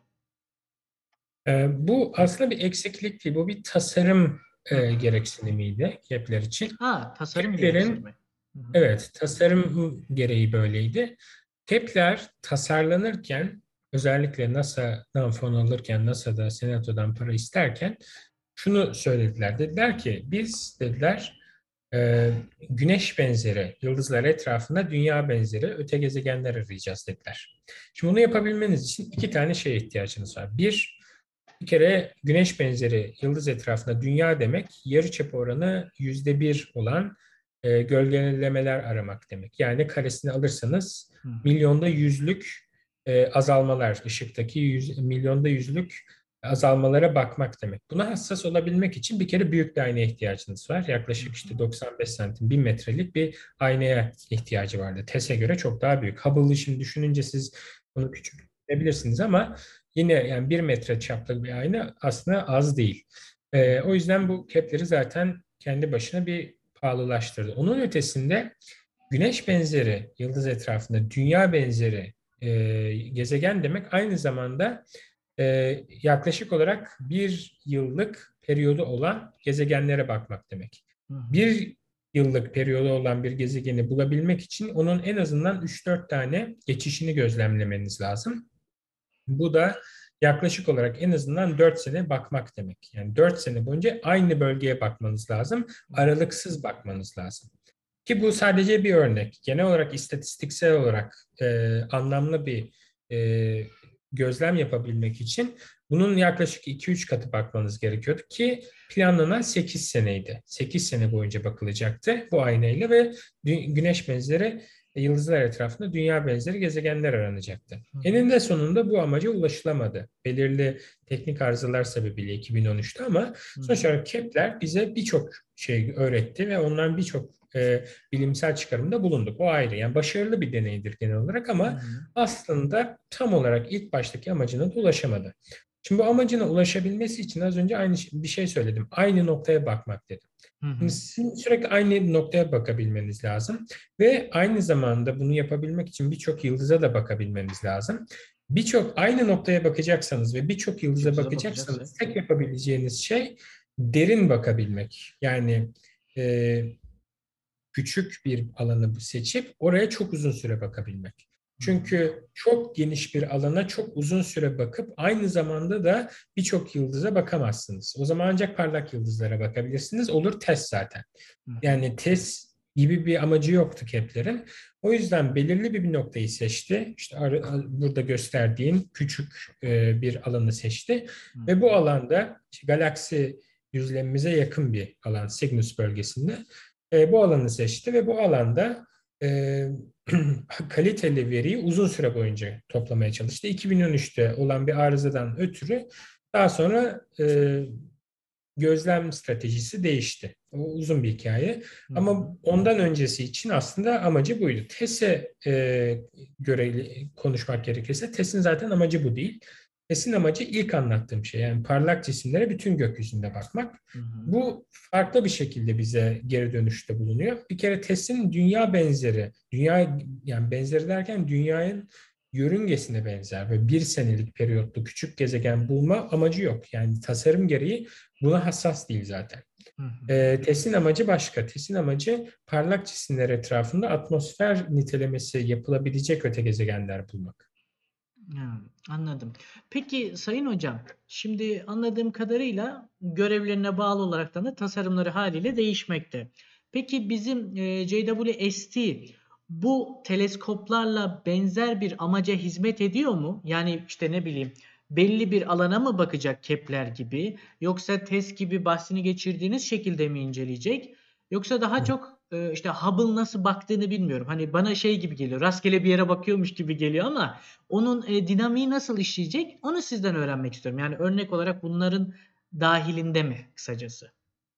Bu aslında bir eksiklik değil, bu bir tasarım Hı. gereksinimiydi Kepler için. Ha, tasarım Kepler'in gereksinimi. Hı hı. evet tasarım gereği böyleydi. Kepler tasarlanırken özellikle NASA'dan fon alırken, NASA'da Senato'dan para isterken şunu söylediler. Dediler ki biz dediler e, güneş benzeri yıldızlar etrafında dünya benzeri öte gezegenler arayacağız dediler. Şimdi bunu yapabilmeniz için iki tane şeye ihtiyacınız var. Bir kere güneş benzeri yıldız etrafında dünya demek yarıçapı oranı %1 olan gölgelemeler aramak demek. Yani karesini alırsanız Hı hı. milyonda yüzlük azalmalar, ışıktaki milyonda yüzlük azalmalara bakmak demek. Buna hassas olabilmek için bir kere büyük bir aynaya ihtiyacınız var. Hı Yaklaşık hı. işte 95 santim, 1000 metrelik bir aynaya ihtiyacı vardı. TES'e göre çok daha büyük. Hubble'ı şimdi düşününce siz bunu küçük düşünebilirsiniz ama yine yani 1 metre çaplı bir ayna aslında az değil. Hı hı. O yüzden bu Kepler'i zaten kendi başına bir pahalılaştırdı. Onun ötesinde Güneş benzeri yıldız etrafında dünya benzeri gezegen demek aynı zamanda yaklaşık olarak 1 yıllık periyodu olan gezegenlere bakmak demek. Hı hı. 1 yıllık periyodu olan bir gezegeni bulabilmek için onun en azından 3-4 tane geçişini gözlemlemeniz lazım. Bu da yaklaşık olarak en azından 4 sene bakmak demek. Yani 4 sene boyunca aynı bölgeye bakmanız lazım, aralıksız bakmanız lazım. Ki bu sadece bir örnek. Genel olarak istatistiksel olarak anlamlı bir e, gözlem yapabilmek için bunun yaklaşık 2-3 katı bakmanız gerekiyordu ki planlanan 8 seneydi. 8 sene boyunca bakılacaktı bu aynayla ve güneş benzeri yıldızlar etrafında dünya benzeri gezegenler aranacaktı. Hı hı. Eninde sonunda bu amaca ulaşılamadı. Belirli teknik arızalar sebebiyle 2013'te ama Hı sonuç hı. olarak Kepler bize birçok şey öğretti ve ondan birçok bilimsel çıkarımda bulunduk. O ayrı. Yani başarılı bir deneydir genel olarak Hı ama hı. aslında tam olarak ilk baştaki amacına da ulaşamadı. Şimdi bu amacına ulaşabilmesi için az önce bir şey söyledim. Aynı noktaya bakmak dedim. Hı Şimdi hı. sizin sürekli aynı noktaya bakabilmeniz lazım ve aynı zamanda bunu yapabilmek için birçok yıldıza da bakabilmeniz lazım. Birçok aynı noktaya bakacaksanız ve birçok yıldıza Yıldıza bakacaksak. bakacaksanız tek yapabileceğiniz şey derin bakabilmek. Yani e, küçük bir alanı seçip oraya çok uzun süre bakabilmek. Hı hı. Çünkü çok geniş bir alana çok uzun süre bakıp aynı zamanda da birçok yıldıza bakamazsınız. O zaman ancak parlak yıldızlara bakabilirsiniz. Olur test zaten. Hı hı. Yani test gibi bir amacı yoktu Kepler'in. O yüzden belirli bir noktayı seçti. İşte burada gösterdiğim küçük bir alanı seçti. Hı Ve hı. bu alanda işte galaksi düzlemimize yakın bir alan Cygnus bölgesinde. Bu alanı seçti ve bu alanda e, kaliteli veriyi uzun süre boyunca toplamaya çalıştı. 2013'te olan bir arızadan ötürü daha sonra gözlem stratejisi değişti. O uzun bir hikaye. Hı hı. Ama ondan öncesi için aslında amacı buydu. TES'e göre konuşmak gerekirse TES'in zaten amacı bu değil. TES'in amacı ilk anlattığım şey. Yani parlak cisimlere bütün gökyüzünde bakmak. Hı hı. Bu farklı bir şekilde bize geri dönüşte bulunuyor. Bir kere TES'in dünya benzeri, dünya yani benzeri derken dünyanın yörüngesine benzer ve 1 senelik periyotlu küçük gezegen bulma amacı yok. Yani tasarım gereği buna hassas değil zaten. Hı hı. TES'in amacı başka. TES'in amacı parlak cisimler etrafında atmosfer nitelemesi yapılabilecek öte gezegenler bulmak. Ha, anladım. Peki Sayın Hocam, şimdi anladığım kadarıyla görevlerine bağlı olaraktan da tasarımları haliyle değişmekte. Peki bizim JWST bu teleskoplarla benzer bir amaca hizmet ediyor mu? Yani işte ne bileyim belli bir alana mı bakacak Kepler gibi yoksa TESS gibi bahsini geçirdiğiniz şekilde mi inceleyecek? Yoksa daha çok işte Hubble nasıl baktığını bilmiyorum. Hani bana şey gibi geliyor, rastgele bir yere bakıyormuş gibi geliyor ama onun dinamiği nasıl işleyecek? Onu sizden öğrenmek istiyorum. Yani örnek olarak bunların dahilinde mi kısacası?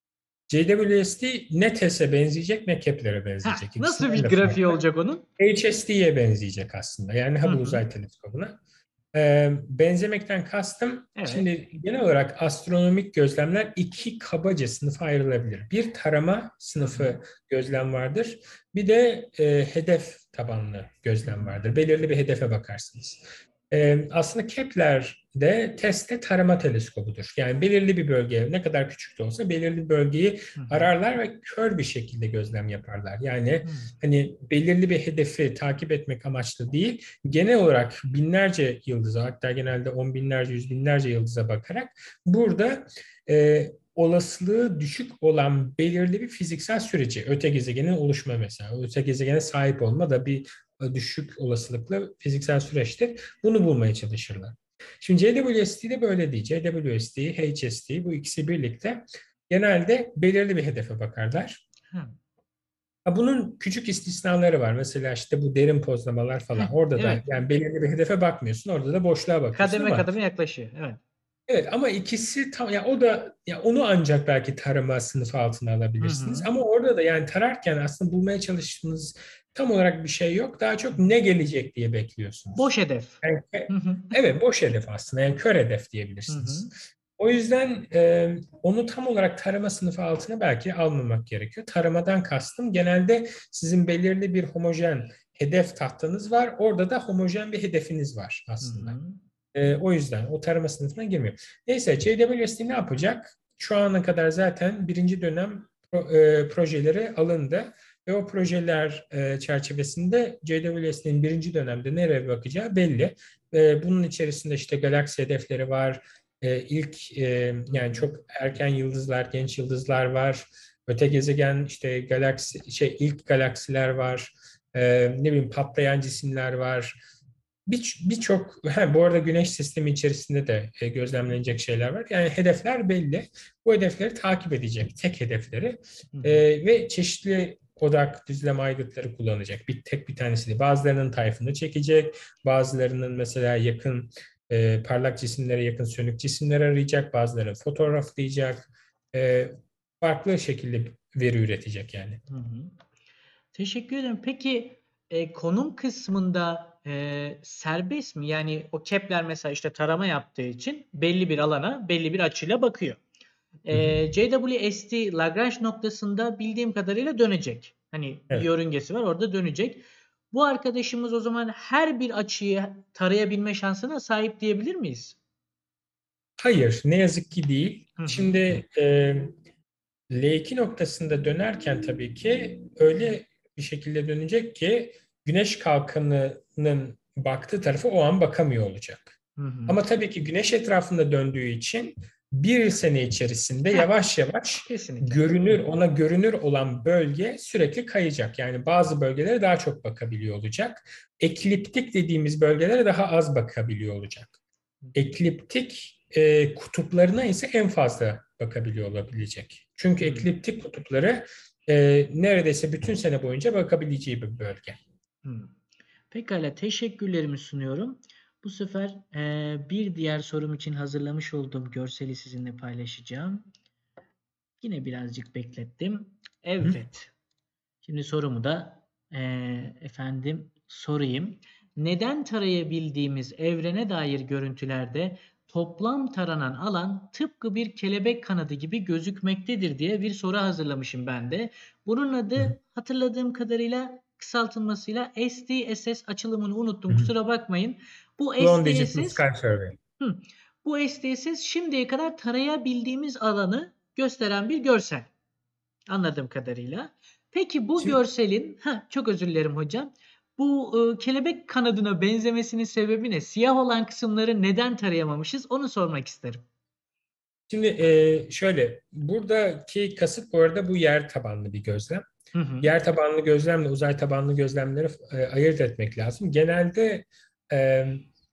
JWST ne TES'e benzeyecek ne Kepler'e Ha, benzeyecek. nasıl İkisinden bir de grafiği farklı. olacak onun? HST'ye benzeyecek aslında. Yani Hı Hubble hı. Uzay Teleskobu'na. Benzemekten kastım, Evet. şimdi genel olarak astronomik gözlemler iki kabaca sınıfa ayrılabilir. Bir tarama Hı hı. sınıfı gözlem vardır. Bir de hedef tabanlı Hı gözlem hı. vardır. Belirli bir hedefe bakarsınız. Aslında Kepler de TESS tarama teleskobudur. Yani belirli bir bölge, ne kadar küçük de olsa belirli bir bölgeyi Hı hı. ararlar ve kör bir şekilde gözlem yaparlar. Yani Hı. hani belirli bir hedefi takip etmek amaçlı değil, genel olarak binlerce yıldıza, hatta genelde on binlerce, yüz binlerce yıldıza bakarak burada olasılığı düşük olan belirli bir fiziksel süreci, öte gezegenin oluşma mesela, öte gezegene sahip olma da bir düşük olasılıklı fiziksel süreçtir. Bunu bulmaya çalışırlar. Şimdi JWST de böyle değil. JWST, HST bu ikisi birlikte genelde belirli bir hedefe bakarlar. Hı. Bunun küçük istisnaları var. Mesela işte bu derin pozlamalar Heh, falan. Orada da evet. yani belirli bir hedefe bakmıyorsun. Orada da boşluğa bakıyorsun Kademe ama kademe yaklaşıyor. Evet. evet, ama ikisi tam ya, o da ya, onu ancak belki tarama sınıfı altına Hı alabilirsiniz. hı. Ama orada da yani tararken aslında bulmaya çalıştığınız tam olarak bir şey yok. Daha Hı çok hı. ne gelecek diye bekliyorsunuz. Boş hedef. Yani, Hı hı. evet, boş hedef aslında. Yani kör hedef Hı hı. diyebilirsiniz. O yüzden onu tam olarak tarama sınıfı altına belki almamak gerekiyor. Taramadan kastım genelde sizin belirli bir homojen hedef tahtanız var. Orada da homojen bir hedefiniz var Hı aslında. hı. O yüzden o tarama sınıfına girmiyor. Neyse, JWST ne yapacak? Şu ana kadar zaten birinci dönem projeleri alındı ve o projeler çerçevesinde JWST'nin birinci dönemde nereye bakacağı belli. Bunun içerisinde işte galaksi hedefleri var. Hı Yani hı. çok erken yıldızlar, genç yıldızlar var. Öte gezegen işte ilk galaksiler var. Ne bileyim, patlayan cisimler var. Birçok bu arada Güneş sistemi içerisinde de gözlemlenecek şeyler var. Yani hedefler belli. Bu hedefleri takip edecek, tek hedefleri. Hı E, hı. ve çeşitli odak düzleme aygıtları kullanacak. Tek bir tanesi değil. Bazılarının tayfını çekecek, bazılarının mesela yakın parlak cisimlere yakın sönük cisimler arayacak, bazıları fotoğraflayacak. E, farklı şekilde veri üretecek yani. Hı hı. Teşekkür ederim. Peki konum kısmında serbest mi? Yani o Kepler mesela işte tarama yaptığı için belli bir alana belli bir açıyla bakıyor. Hı hı. JWST Lagrange noktasında bildiğim kadarıyla dönecek. Hani bir Evet. yörüngesi var, orada dönecek. Bu arkadaşımız o zaman her bir açıyı tarayabilme şansına sahip diyebilir miyiz? Hayır, ne yazık ki değil. Hı hı. Şimdi L2 noktasında dönerken tabii ki öyle bir şekilde dönecek ki güneş kalkanının baktığı tarafa o an bakamıyor olacak. Hı hı. Ama tabii ki güneş etrafında döndüğü için bir sene içerisinde Heh, yavaş yavaş kesinlikle. Hı hı. ona görünür olan bölge sürekli kayacak. Yani bazı bölgelere daha çok bakabiliyor olacak. Ekliptik dediğimiz bölgelere daha az bakabiliyor olacak. Ekliptik kutuplarına ise en fazla bakabiliyor olabilecek. Çünkü Hı ekliptik kutupları neredeyse bütün sene boyunca bakabileceği bir bölge. hı. Pekala, teşekkürlerimi sunuyorum. Bu sefer bir diğer sorum için hazırlamış olduğum görseli sizinle paylaşacağım. Yine birazcık beklettim. Hı? Evet. Şimdi sorumu da efendim sorayım. Neden tarayabildiğimiz evrene dair görüntülerde toplam taranan alan tıpkı bir kelebek kanadı gibi gözükmektedir diye bir soru hazırlamışım ben de. Bunun Hı. adı hatırladığım kadarıyla kısaltılmasıyla SDSS, açılımını unuttum, Hı. kusura bakmayın. Bu Long Digital SDSS, Sky Survey. hı, bu SDSS şimdiye kadar tarayabildiğimiz alanı gösteren bir görsel. Anladığım kadarıyla. Peki bu Şimdi, görselin, çok özür dilerim hocam. Bu kelebek kanadına benzemesinin sebebi ne? Siyah olan kısımları neden tarayamamışız? Onu sormak isterim. şimdi şöyle, buradaki kasıt bu arada bu yer tabanlı bir gözlem. Hı hı. Yer tabanlı gözlemle uzay tabanlı gözlemleri ayırt etmek lazım. Genelde e,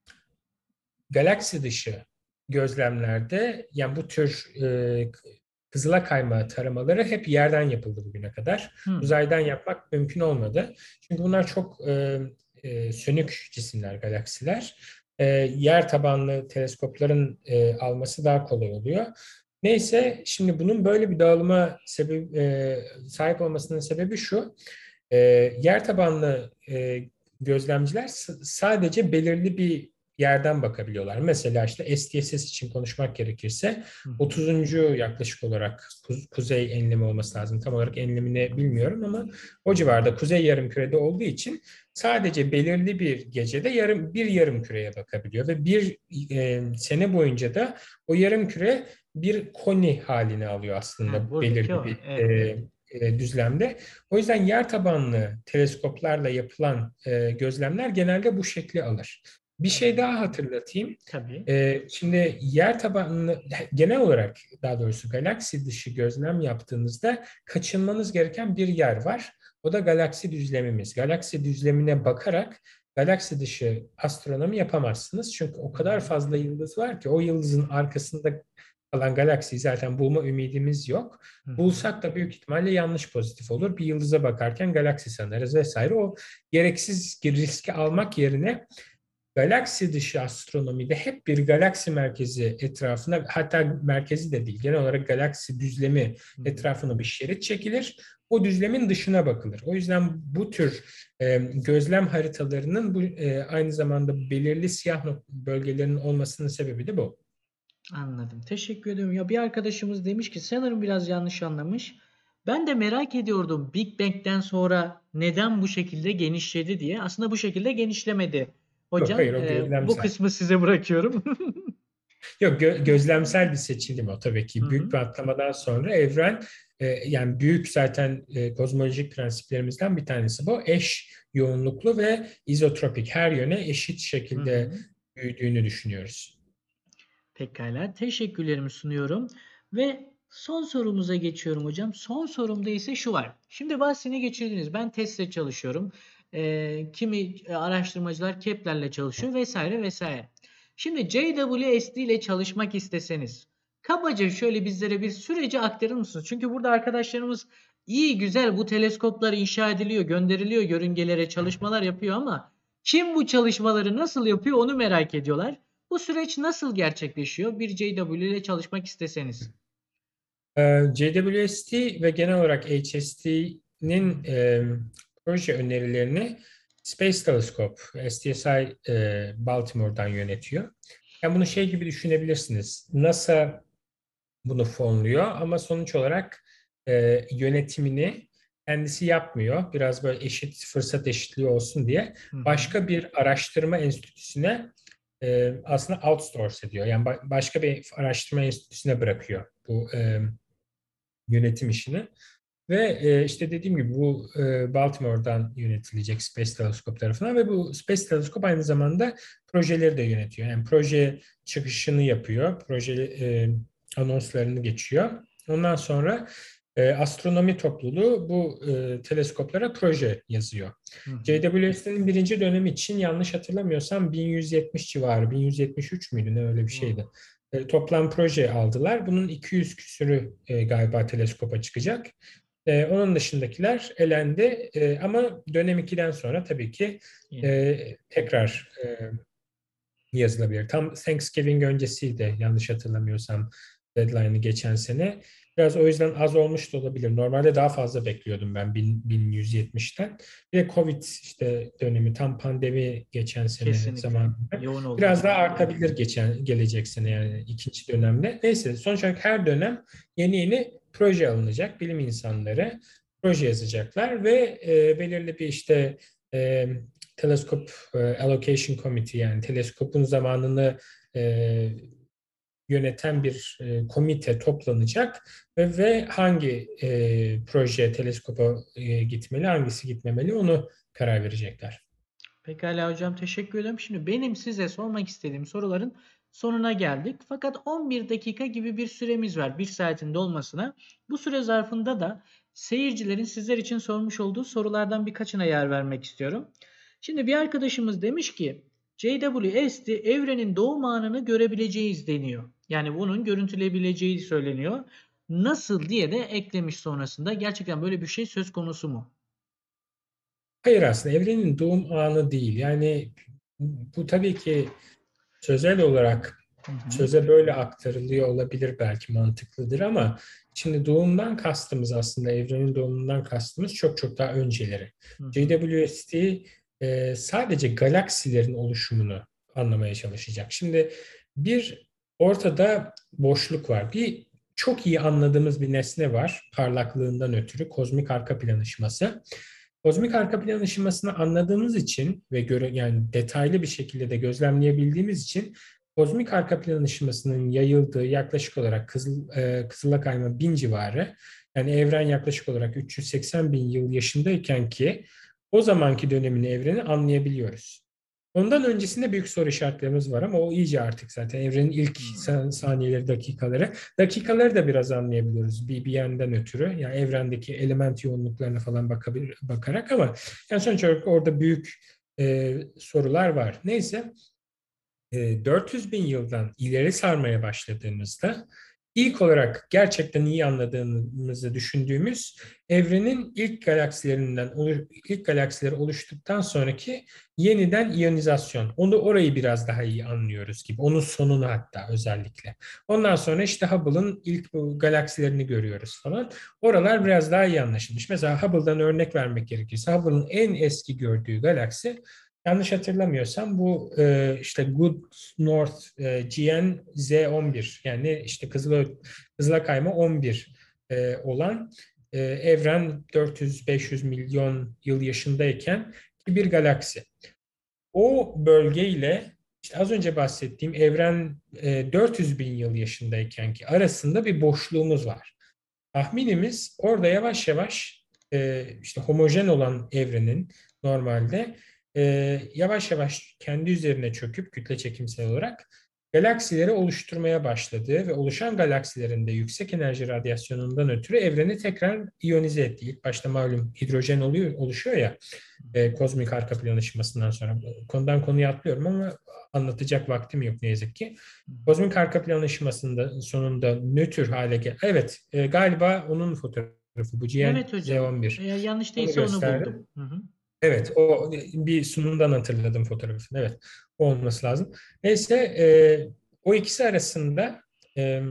galaksi dışı gözlemlerde yani bu tür kızıla kayma taramaları hep yerden yapıldı bugüne kadar. Hı. Uzaydan yapmak mümkün olmadı. Çünkü bunlar çok sönük cisimler, galaksiler. Yer tabanlı teleskopların alması daha kolay oluyor. Neyse, şimdi bunun böyle bir dağılıma sahip olmasının sebebi şu. E, yer tabanlı gözlemciler sadece belirli bir yerden bakabiliyorlar. Mesela işte SDSS için konuşmak gerekirse Hı hı. 30. yaklaşık olarak kuzey enlemi olması lazım. Tam olarak enlemini bilmiyorum ama o civarda kuzey yarımkürede olduğu için sadece belirli bir gecede bir yarım küreye bakabiliyor ve bir sene boyunca da o yarım küre bir koni halini alıyor Ha, aslında buradaki belirli o. bir Evet, evet. düzlemde. O yüzden yer tabanlı teleskoplarla yapılan gözlemler genelde bu şekli alır. Bir şey Hmm, daha hatırlatayım. tabii. Şimdi yer tabanlı genel olarak daha doğrusu galaksi dışı gözlem yaptığınızda kaçınmanız gereken bir yer var. O da galaksi düzlemimiz. Galaksi düzlemine bakarak galaksi dışı astronomi yapamazsınız. Çünkü o Hı kadar hı. fazla yıldız var ki o yıldızın arkasında kalan galaksiyi zaten bulma ümidimiz yok. Hı hı. Bulsak da büyük ihtimalle yanlış pozitif olur. Bir yıldıza bakarken galaksi sanarız vesaire. O gereksiz riski almak yerine galaksi dışı astronomide hep bir galaksi merkezi etrafına, hatta merkezi de değil, genel olarak galaksi düzlemi Hı hı. etrafına bir şerit çekilir. O düzlemin dışına bakılır. O yüzden bu tür gözlem haritalarının aynı zamanda belirli siyah bölgelerinin olmasının sebebi de bu. Anladım. Teşekkür ediyorum. Ya bir arkadaşımız demiş ki sanırım biraz yanlış anlamış. Ben de merak ediyordum Big Bang'den sonra neden bu şekilde genişledi diye. Aslında bu şekilde genişlemedi. Yok, Hocam hayır, o bu gözlemsel. kısmı size bırakıyorum. Yok, gözlemsel bir seçilim o tabii Hı ki. Büyük hı. bir atlamadan sonra evren yani büyük zaten kozmolojik prensiplerimizden bir tanesi bu. Eş yoğunluklu ve izotropik, her yöne eşit Hı şekilde hı. büyüdüğünü düşünüyoruz. Pekala. Teşekkürlerimi sunuyorum. Ve son sorumuza geçiyorum hocam. Son sorumda ise şu var. Şimdi bahsini geçirdiniz. Ben testle çalışıyorum. Kimi araştırmacılar Kepler'le çalışıyor vesaire vesaire. Şimdi JWST ile çalışmak isteseniz kabaca şöyle bizlere bir süreci aktarır mısınız? Çünkü burada arkadaşlarımız iyi güzel bu teleskoplar inşa ediliyor, gönderiliyor yörüngelere çalışmalar yapıyor ama kim bu çalışmaları nasıl yapıyor onu merak ediyorlar. Bu süreç nasıl gerçekleşiyor? Bir JW ile çalışmak isteseniz. JWST ve genel olarak Hı HST'nin hı. proje önerilerini Space Telescope, SDSI Baltimore'dan yönetiyor. Yani bunu şey gibi düşünebilirsiniz. NASA bunu fonluyor ama sonuç olarak yönetimini kendisi yapmıyor. Biraz böyle eşit fırsat eşitliği olsun diye Hı hı. başka bir araştırma enstitüsüne aslında outsource ediyor. Yani başka bir araştırma enstitüsüne bırakıyor bu yönetim işini. Ve işte dediğim gibi bu Baltimore'dan yönetilecek Space Telescope tarafından ve bu Space Telescope aynı zamanda projeleri de yönetiyor. Yani proje çıkışını yapıyor, proje anonslarını geçiyor. Ondan sonra astronomi topluluğu bu teleskoplara proje yazıyor. Hı hı. JWST'nin birinci dönemi için yanlış hatırlamıyorsam 1170 civarı, 1173 müydü ne öyle bir Hı. şeydi. Toplam proje aldılar. Bunun 200 küsürü galiba teleskopa çıkacak. Onun dışındakiler elendi. Ama dönem 2'den sonra tabii ki Yeniden. tekrar yazılabilir. Tam Thanksgiving öncesiydi yanlış hatırlamıyorsam deadline'ı geçen sene. Biraz o yüzden az olmuş da olabilir. Normalde daha fazla bekliyordum ben 1170'ten. Bir de Covid işte dönemi tam pandemi geçen sene Kesinlikle. zamanında. Yoğun olduğu Biraz daha zaman. artabilir gelecek sene yani ikinci dönemde. Neyse sonuç olarak her dönem yeni proje alınacak. Bilim insanları proje yazacaklar ve belirli bir işte e, teleskop allocation committee yani teleskopun zamanını e, yöneten bir komite toplanacak ve hangi proje teleskopa gitmeli, hangisi gitmemeli onu karar verecekler. Pekala hocam teşekkür ederim. Şimdi benim size sormak istediğim soruların sonuna geldik. Fakat 11 dakika gibi bir süremiz var. Bir saatin dolmasına. Bu süre zarfında da seyircilerin sizler için sormuş olduğu sorulardan birkaçına yer vermek istiyorum. Şimdi bir arkadaşımız demiş ki JWST evrenin doğum anını görebileceğiz deniyor. Yani bunun görüntüleyebileceği söyleniyor. Nasıl diye de eklemiş sonrasında. Gerçekten böyle bir şey söz konusu mu? Hayır, aslında evrenin doğum anı değil. Yani bu tabii ki sözel olarak Hı hı. söze böyle aktarılıyor olabilir, belki mantıklıdır ama şimdi doğumdan kastımız, aslında evrenin doğumundan kastımız çok çok daha önceleri. Hı hı. JWST sadece galaksilerin oluşumunu anlamaya çalışacak. Şimdi bir ortada boşluk var. Bir çok iyi anladığımız bir nesne var. Parlaklığından ötürü kozmik arka plan ışıması. Kozmik arka plan ışımasını anladığımız için ve yani detaylı bir şekilde de gözlemleyebildiğimiz için kozmik arka plan ışımasının yayıldığı yaklaşık olarak Kızıla Kayma 1000 civarı, yani evren yaklaşık olarak 380 bin yıl yaşındayken ki o zamanki dönemini, evreni anlayabiliyoruz. Ondan öncesinde büyük soru işaretlerimiz var ama o iyice artık zaten evrenin ilk Hmm. saniyeleri, dakikaları. Dakikaları da biraz anlayabiliyoruz bir yandan ötürü. Yani evrendeki element yoğunluklarına falan bakarak ama yani sonuç olarak orada büyük sorular var. Neyse, 400 bin yıldan ileri sarmaya başladığımızda ilk olarak gerçekten iyi anladığımızı düşündüğümüz evrenin ilk galaksileri oluştuktan sonraki yeniden iyonizasyon. Orayı biraz daha iyi anlıyoruz gibi. Onun sonunu hatta özellikle. Ondan sonra işte Hubble'ın ilk bu galaksilerini görüyoruz falan. Oralar biraz daha iyi anlaşılmış. Mesela Hubble'dan örnek vermek gerekirse Hubble'ın en eski gördüğü galaksi, yanlış hatırlamıyorsam bu işte Good North GN Z11, yani işte Kızıla Kayma 11 olan, evren 400-500 milyon yıl yaşındayken ki bir galaksi. O bölgeyle işte az önce bahsettiğim evren 400 bin yıl yaşındayken ki arasında bir boşluğumuz var. Tahminimiz orada yavaş yavaş işte homojen olan evrenin normalde yavaş yavaş kendi üzerine çöküp kütle çekimsel olarak galaksileri oluşturmaya başladığı ve oluşan galaksilerin de yüksek enerji radyasyonundan ötürü evreni tekrar iyonize etti. İlk başta malum hidrojen oluşuyor ya, kozmik arka plan ışımasından sonra. Konudan konuya atlıyorum ama anlatacak vaktim yok ne yazık ki. Kozmik arka plan ışımasında sonunda nötr hale Evet, galiba onun fotoğrafı bu Evet hocam. GN-Z11. Eğer yanlış Onu değilse onu buldum. gösterdim. Hı hı. Evet, o bir sunumdan hatırladım fotoğrafını. Evet, o olması lazım. Neyse, o ikisi arasında e,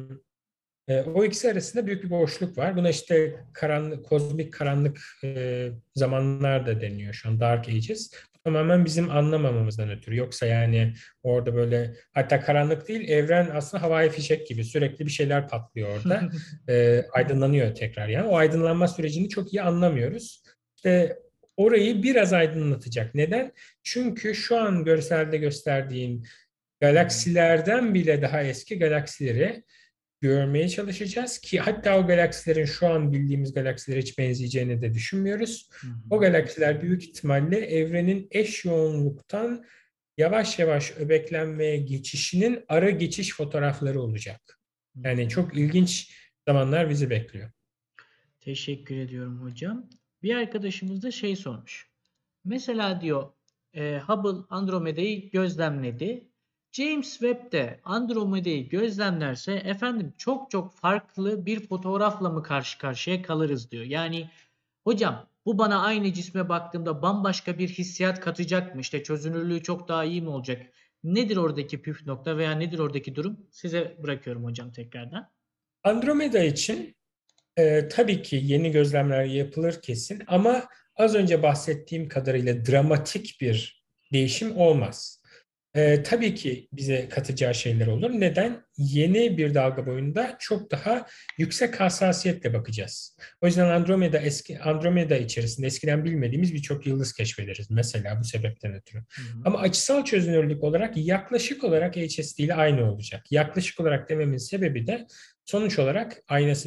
o ikisi arasında büyük bir boşluk var. Buna işte kozmik karanlık zamanlar da deniyor şu an, Dark Ages. Tamamen bizim anlamamamızdan ötürü. Yoksa yani orada böyle, hatta karanlık değil, evren aslında havai fişek gibi sürekli bir şeyler patlıyor orada. Aydınlanıyor tekrar yani. O aydınlanma sürecini çok iyi anlamıyoruz. İşte orayı biraz aydınlatacak. Neden? Çünkü şu an görselde gösterdiğim galaksilerden bile daha eski galaksileri görmeye çalışacağız ki hatta o galaksilerin şu an bildiğimiz galaksilere hiç benzeyeceğini de düşünmüyoruz. Hı hı. O galaksiler büyük ihtimalle evrenin eş yoğunluktan yavaş yavaş öbeklenmeye geçişinin ara geçiş fotoğrafları olacak. Hı Yani hı. çok ilginç zamanlar bizi bekliyor. Teşekkür ediyorum hocam. Bir arkadaşımız da şey sormuş. Mesela diyor Hubble Andromeda'yı gözlemledi. James Webb de Andromeda'yı gözlemlerse efendim çok çok farklı bir fotoğrafla mı karşı karşıya kalırız diyor. Yani hocam bu bana aynı cisme baktığımda bambaşka bir hissiyat katacak mı? İşte çözünürlüğü çok daha iyi mi olacak? Nedir oradaki püf nokta veya nedir oradaki durum? Size bırakıyorum hocam tekrardan. Andromeda için tabii ki yeni gözlemler yapılır kesin ama az önce bahsettiğim kadarıyla dramatik bir değişim olmaz. Tabii ki bize katacağı şeyler olur. Neden? Yeni bir dalga boyunda çok daha yüksek hassasiyetle bakacağız. O yüzden Andromeda içerisinde eskiden bilmediğimiz birçok yıldız keşfederiz. Mesela bu sebepten ötürü. Hı hı. Ama açısal çözünürlük olarak yaklaşık olarak HSD ile aynı olacak. Yaklaşık olarak dememin sebebi de sonuç olarak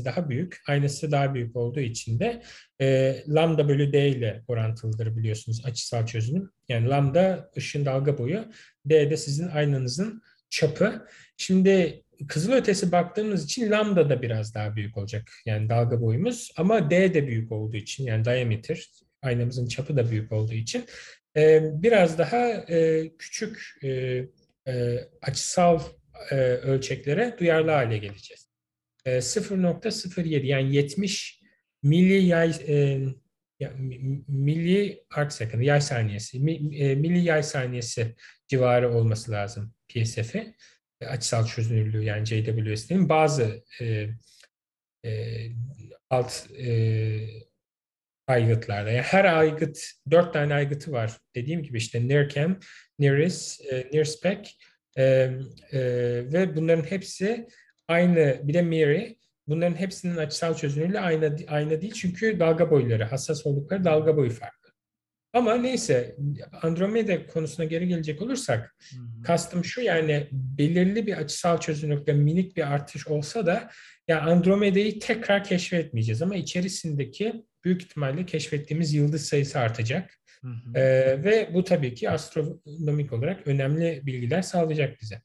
aynası daha büyük olduğu için de lambda bölü d ile orantılıdır biliyorsunuz açısal çözünüm. Yani lambda ışın dalga boyu, d de sizin aynanızın çapı. Şimdi kızılötesi baktığımız için lambda da biraz daha büyük olacak. Yani dalga boyumuz, ama d de büyük olduğu için, yani diameter, aynamızın çapı da büyük olduğu için biraz daha küçük açısal ölçeklere duyarlı hale geleceğiz. 0,07, yani 70 milli milli arc second, yay saniyesi, milli yay saniyesi civarı olması lazım PSF'i. Açısal çözünürlüğü, yani JWST'nin bazı e, alt aygıtlarda. Yani her aygıt, 4 tane aygıtı var. Dediğim gibi işte NIRCam, NIRIS, NIRSPEC, e, e, ve bunların hepsi aynı, bir de MIRI. Bunların hepsinin açısal çözünürlüğü aynı değil çünkü dalga boyları, hassas oldukları dalga boyu farklı. Ama neyse, Andromeda konusuna geri gelecek olursak, Hı hı. kastım şu, yani belirli bir açısal çözünürlükte minik bir artış olsa da ya Andromeda'yı tekrar keşfetmeyeceğiz ama içerisindeki büyük ihtimalle keşfettiğimiz yıldız sayısı artacak. Hı hı. Ve bu tabii ki astronomik olarak önemli bilgiler sağlayacak bize.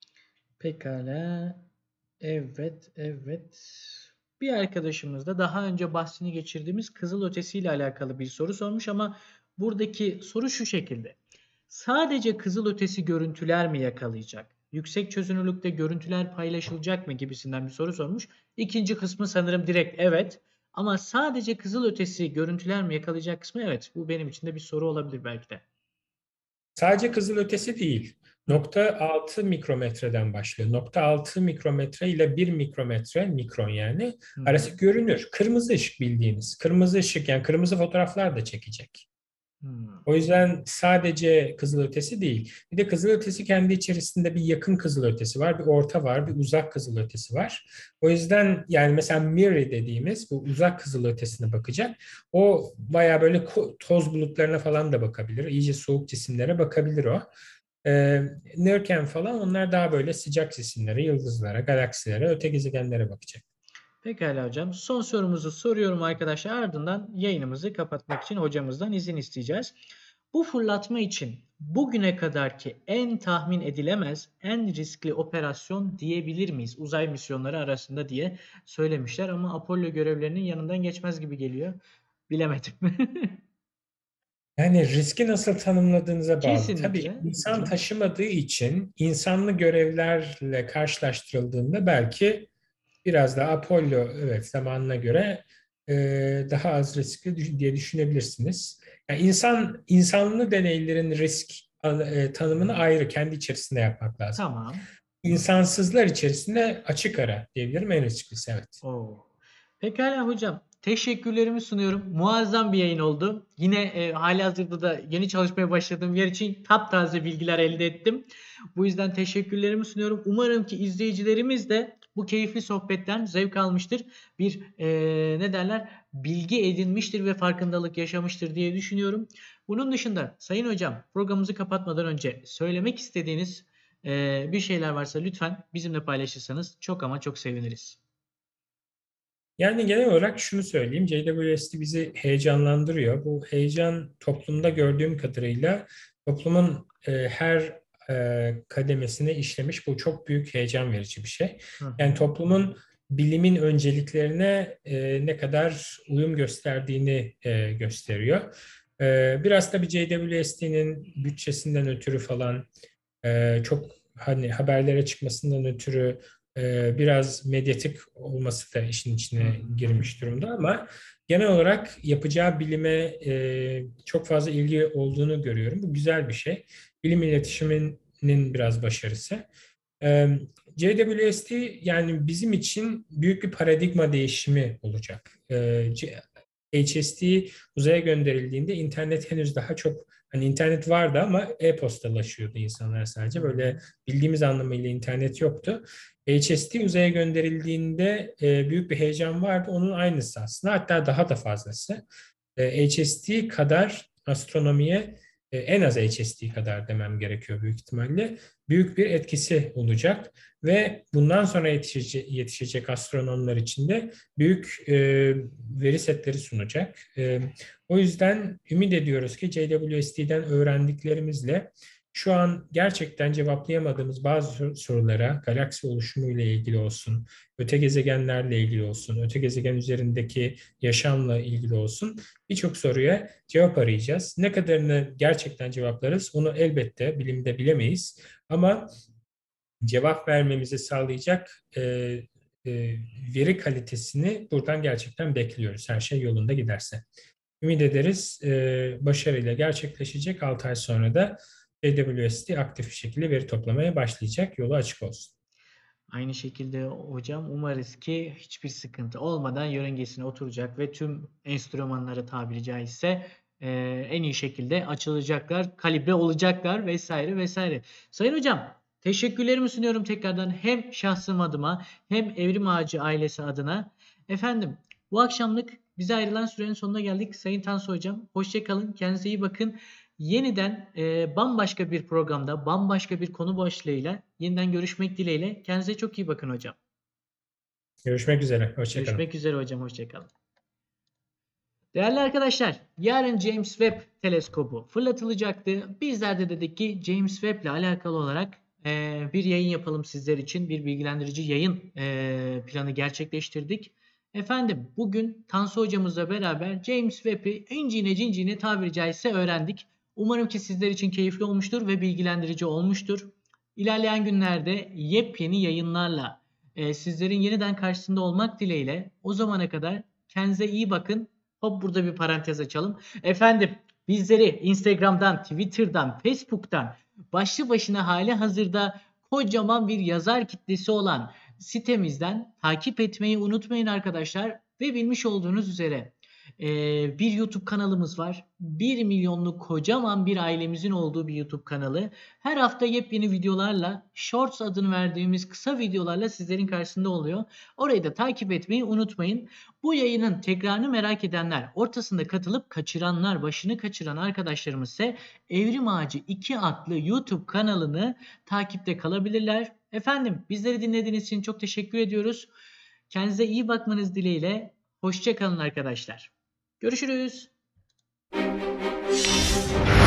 Pekala. Evet, evet. Bir arkadaşımız da daha önce bahsini geçirdiğimiz kızılötesi ile alakalı bir soru sormuş ama buradaki soru şu şekilde. Sadece kızılötesi görüntüler mi yakalayacak? Yüksek çözünürlükte görüntüler paylaşılacak mı gibisinden bir soru sormuş. İkinci kısmı sanırım direkt evet. Ama sadece kızılötesi görüntüler mi yakalayacak kısmı evet. Bu benim için de bir soru olabilir belki de. Sadece kızılötesi değil. Hı, 0,6 mikrometreden başlıyor. 0,6 mikrometre ile 1 mikrometre, mikron yani, hı, hı, arası görünür. Kırmızı ışık bildiğiniz. Kırmızı ışık, yani kırmızı fotoğraflar da çekecek. hı. O yüzden sadece kızılötesi değil. Bir de kızılötesi kendi içerisinde bir yakın kızılötesi var, bir orta var, bir uzak kızılötesi var. O yüzden yani mesela MIRI dediğimiz bu uzak kızılötesine bakacak. O bayağı böyle toz bulutlarına falan da bakabilir. İyice soğuk cisimlere bakabilir o. Ee, NIRCam falan, onlar daha böyle sıcak cisimlere, yıldızlara, galaksilere, öte gezegenlere bakacak. Pekala hocam. Son sorumuzu soruyorum arkadaşlar. Ardından yayınımızı kapatmak için hocamızdan izin isteyeceğiz. Bu fırlatma için bugüne kadarki en tahmin edilemez, en riskli operasyon diyebilir miyiz? Uzay misyonları arasında diye söylemişler ama Apollo görevlerinin yanından geçmez gibi geliyor. Bilemedim. Yani riski nasıl tanımladığınıza bağlı. Tabii Kesinlikle. Hı insan hı. taşımadığı için insanlı görevlerle karşılaştırıldığında belki biraz daha Apollo, evet, zamanına göre e, daha az riskli diye düşünebilirsiniz. Yani insanlı deneylerin risk tanımını ayrı, kendi içerisinde yapmak lazım. Tamam. İnsansızlar içerisinde açık ara diyebilirim, en risklisi, evet. Oo. Pekala hocam. Teşekkürlerimi sunuyorum. Muazzam bir yayın oldu. Yine halihazırda da yeni çalışmaya başladığım yer için taptaze bilgiler elde ettim. Bu yüzden teşekkürlerimi sunuyorum. Umarım ki izleyicilerimiz de bu keyifli sohbetten zevk almıştır. Bir ne derler, bilgi edinmiştir ve farkındalık yaşamıştır diye düşünüyorum. Bunun dışında Sayın Hocam, programımızı kapatmadan önce söylemek istediğiniz bir şeyler varsa lütfen bizimle paylaşırsanız çok ama çok seviniriz. Yani genel olarak şunu söyleyeyim, JWST bizi heyecanlandırıyor. Bu heyecan, toplumda gördüğüm kadarıyla toplumun her kademesine işlemiş. Bu çok büyük, heyecan verici bir şey. Hı Yani hı. toplumun bilimin önceliklerine ne kadar uyum gösterdiğini gösteriyor. Biraz tabii JWST'nin bütçesinden ötürü falan, çok hani haberlere çıkmasından ötürü biraz medyatik olması da işin Hı içine hı. girmiş durumda ama genel olarak yapacağı bilime çok fazla ilgi olduğunu görüyorum. Bu güzel bir şey. Bilim iletişiminin biraz başarısı. E, JWST yani bizim için büyük bir paradigma değişimi olacak. HST uzaya gönderildiğinde internet henüz daha çok, hani internet vardı ama e-postalaşıyordu insanlar Hı sadece. Böyle hı. bildiğimiz anlamıyla internet yoktu. HST uzaya gönderildiğinde büyük bir heyecan vardı. Onun aynısı aslında, hatta daha da fazlası. HST kadar astronomiye, en az HST kadar demem gerekiyor büyük ihtimalle, büyük bir etkisi olacak ve bundan sonra yetişecek astronomlar için de büyük veri setleri sunacak. O yüzden ümit ediyoruz ki JWST'den öğrendiklerimizle şu an gerçekten cevaplayamadığımız bazı sorulara, galaksi oluşumu ile ilgili olsun, öte gezegenlerle ilgili olsun, öte gezegen üzerindeki yaşamla ilgili olsun, birçok soruya cevap arayacağız. Ne kadarını gerçekten cevaplarız onu elbette bilimde bilemeyiz. Ama cevap vermemizi sağlayacak veri kalitesini buradan gerçekten bekliyoruz. Her şey yolunda giderse. Ümit ederiz başarıyla gerçekleşecek. 6 ay sonra da AWS'de aktif bir şekilde veri toplamaya başlayacak. Yolu açık olsun. Aynı şekilde hocam umarız ki hiçbir sıkıntı olmadan yörüngesine oturacak ve tüm enstrümanları tabiri caizse en iyi şekilde açılacaklar, kalibre olacaklar vesaire vesaire. Sayın hocam, teşekkürlerimi sunuyorum tekrardan hem şahsım adıma hem Evrim Ağacı ailesi adına. Efendim, bu akşamlık bize ayrılan sürenin sonuna geldik. Sayın Tansu hocam, hoşça kalın, kendinize iyi bakın. Yeniden bambaşka bir programda, bambaşka bir konu başlığıyla yeniden görüşmek dileğiyle. Kendinize çok iyi bakın hocam. Görüşmek üzere. Hoşça kalın. Görüşmek üzere hocam, hoşça kalın. Değerli arkadaşlar, yarın James Webb teleskobu fırlatılacaktı. Bizler de dedik ki James Webb ile alakalı olarak bir yayın yapalım sizler için. Bir bilgilendirici yayın planı gerçekleştirdik. Efendim, bugün Tansu hocamızla beraber James Webb'i inciğine cinciğine tabiri caizse öğrendik. Umarım ki sizler için keyifli olmuştur ve bilgilendirici olmuştur. İlerleyen günlerde yepyeni yayınlarla sizlerin yeniden karşısında olmak dileğiyle o zamana kadar kendinize iyi bakın. Hop, burada bir parantez açalım. Efendim, bizleri Instagram'dan, Twitter'dan, Facebook'tan başlı başına hali hazırda kocaman bir yazar kitlesi olan sitemizden takip etmeyi unutmayın arkadaşlar. Ve bilmiş olduğunuz üzere bir YouTube kanalımız var. 1 milyonluk kocaman bir ailemizin olduğu bir YouTube kanalı. Her hafta yepyeni videolarla, Shorts adını verdiğimiz kısa videolarla sizlerin karşısında oluyor. Orayı da takip etmeyi unutmayın. Bu yayının tekrarını merak edenler, ortasında katılıp kaçıranlar, başını kaçıran arkadaşlarımız ise Evrim Ağacı 2 adlı YouTube kanalını takipte kalabilirler. Efendim, bizleri dinlediğiniz için çok teşekkür ediyoruz. Kendinize iyi bakmanız dileğiyle. Hoşça kalın arkadaşlar. Görüşürüz.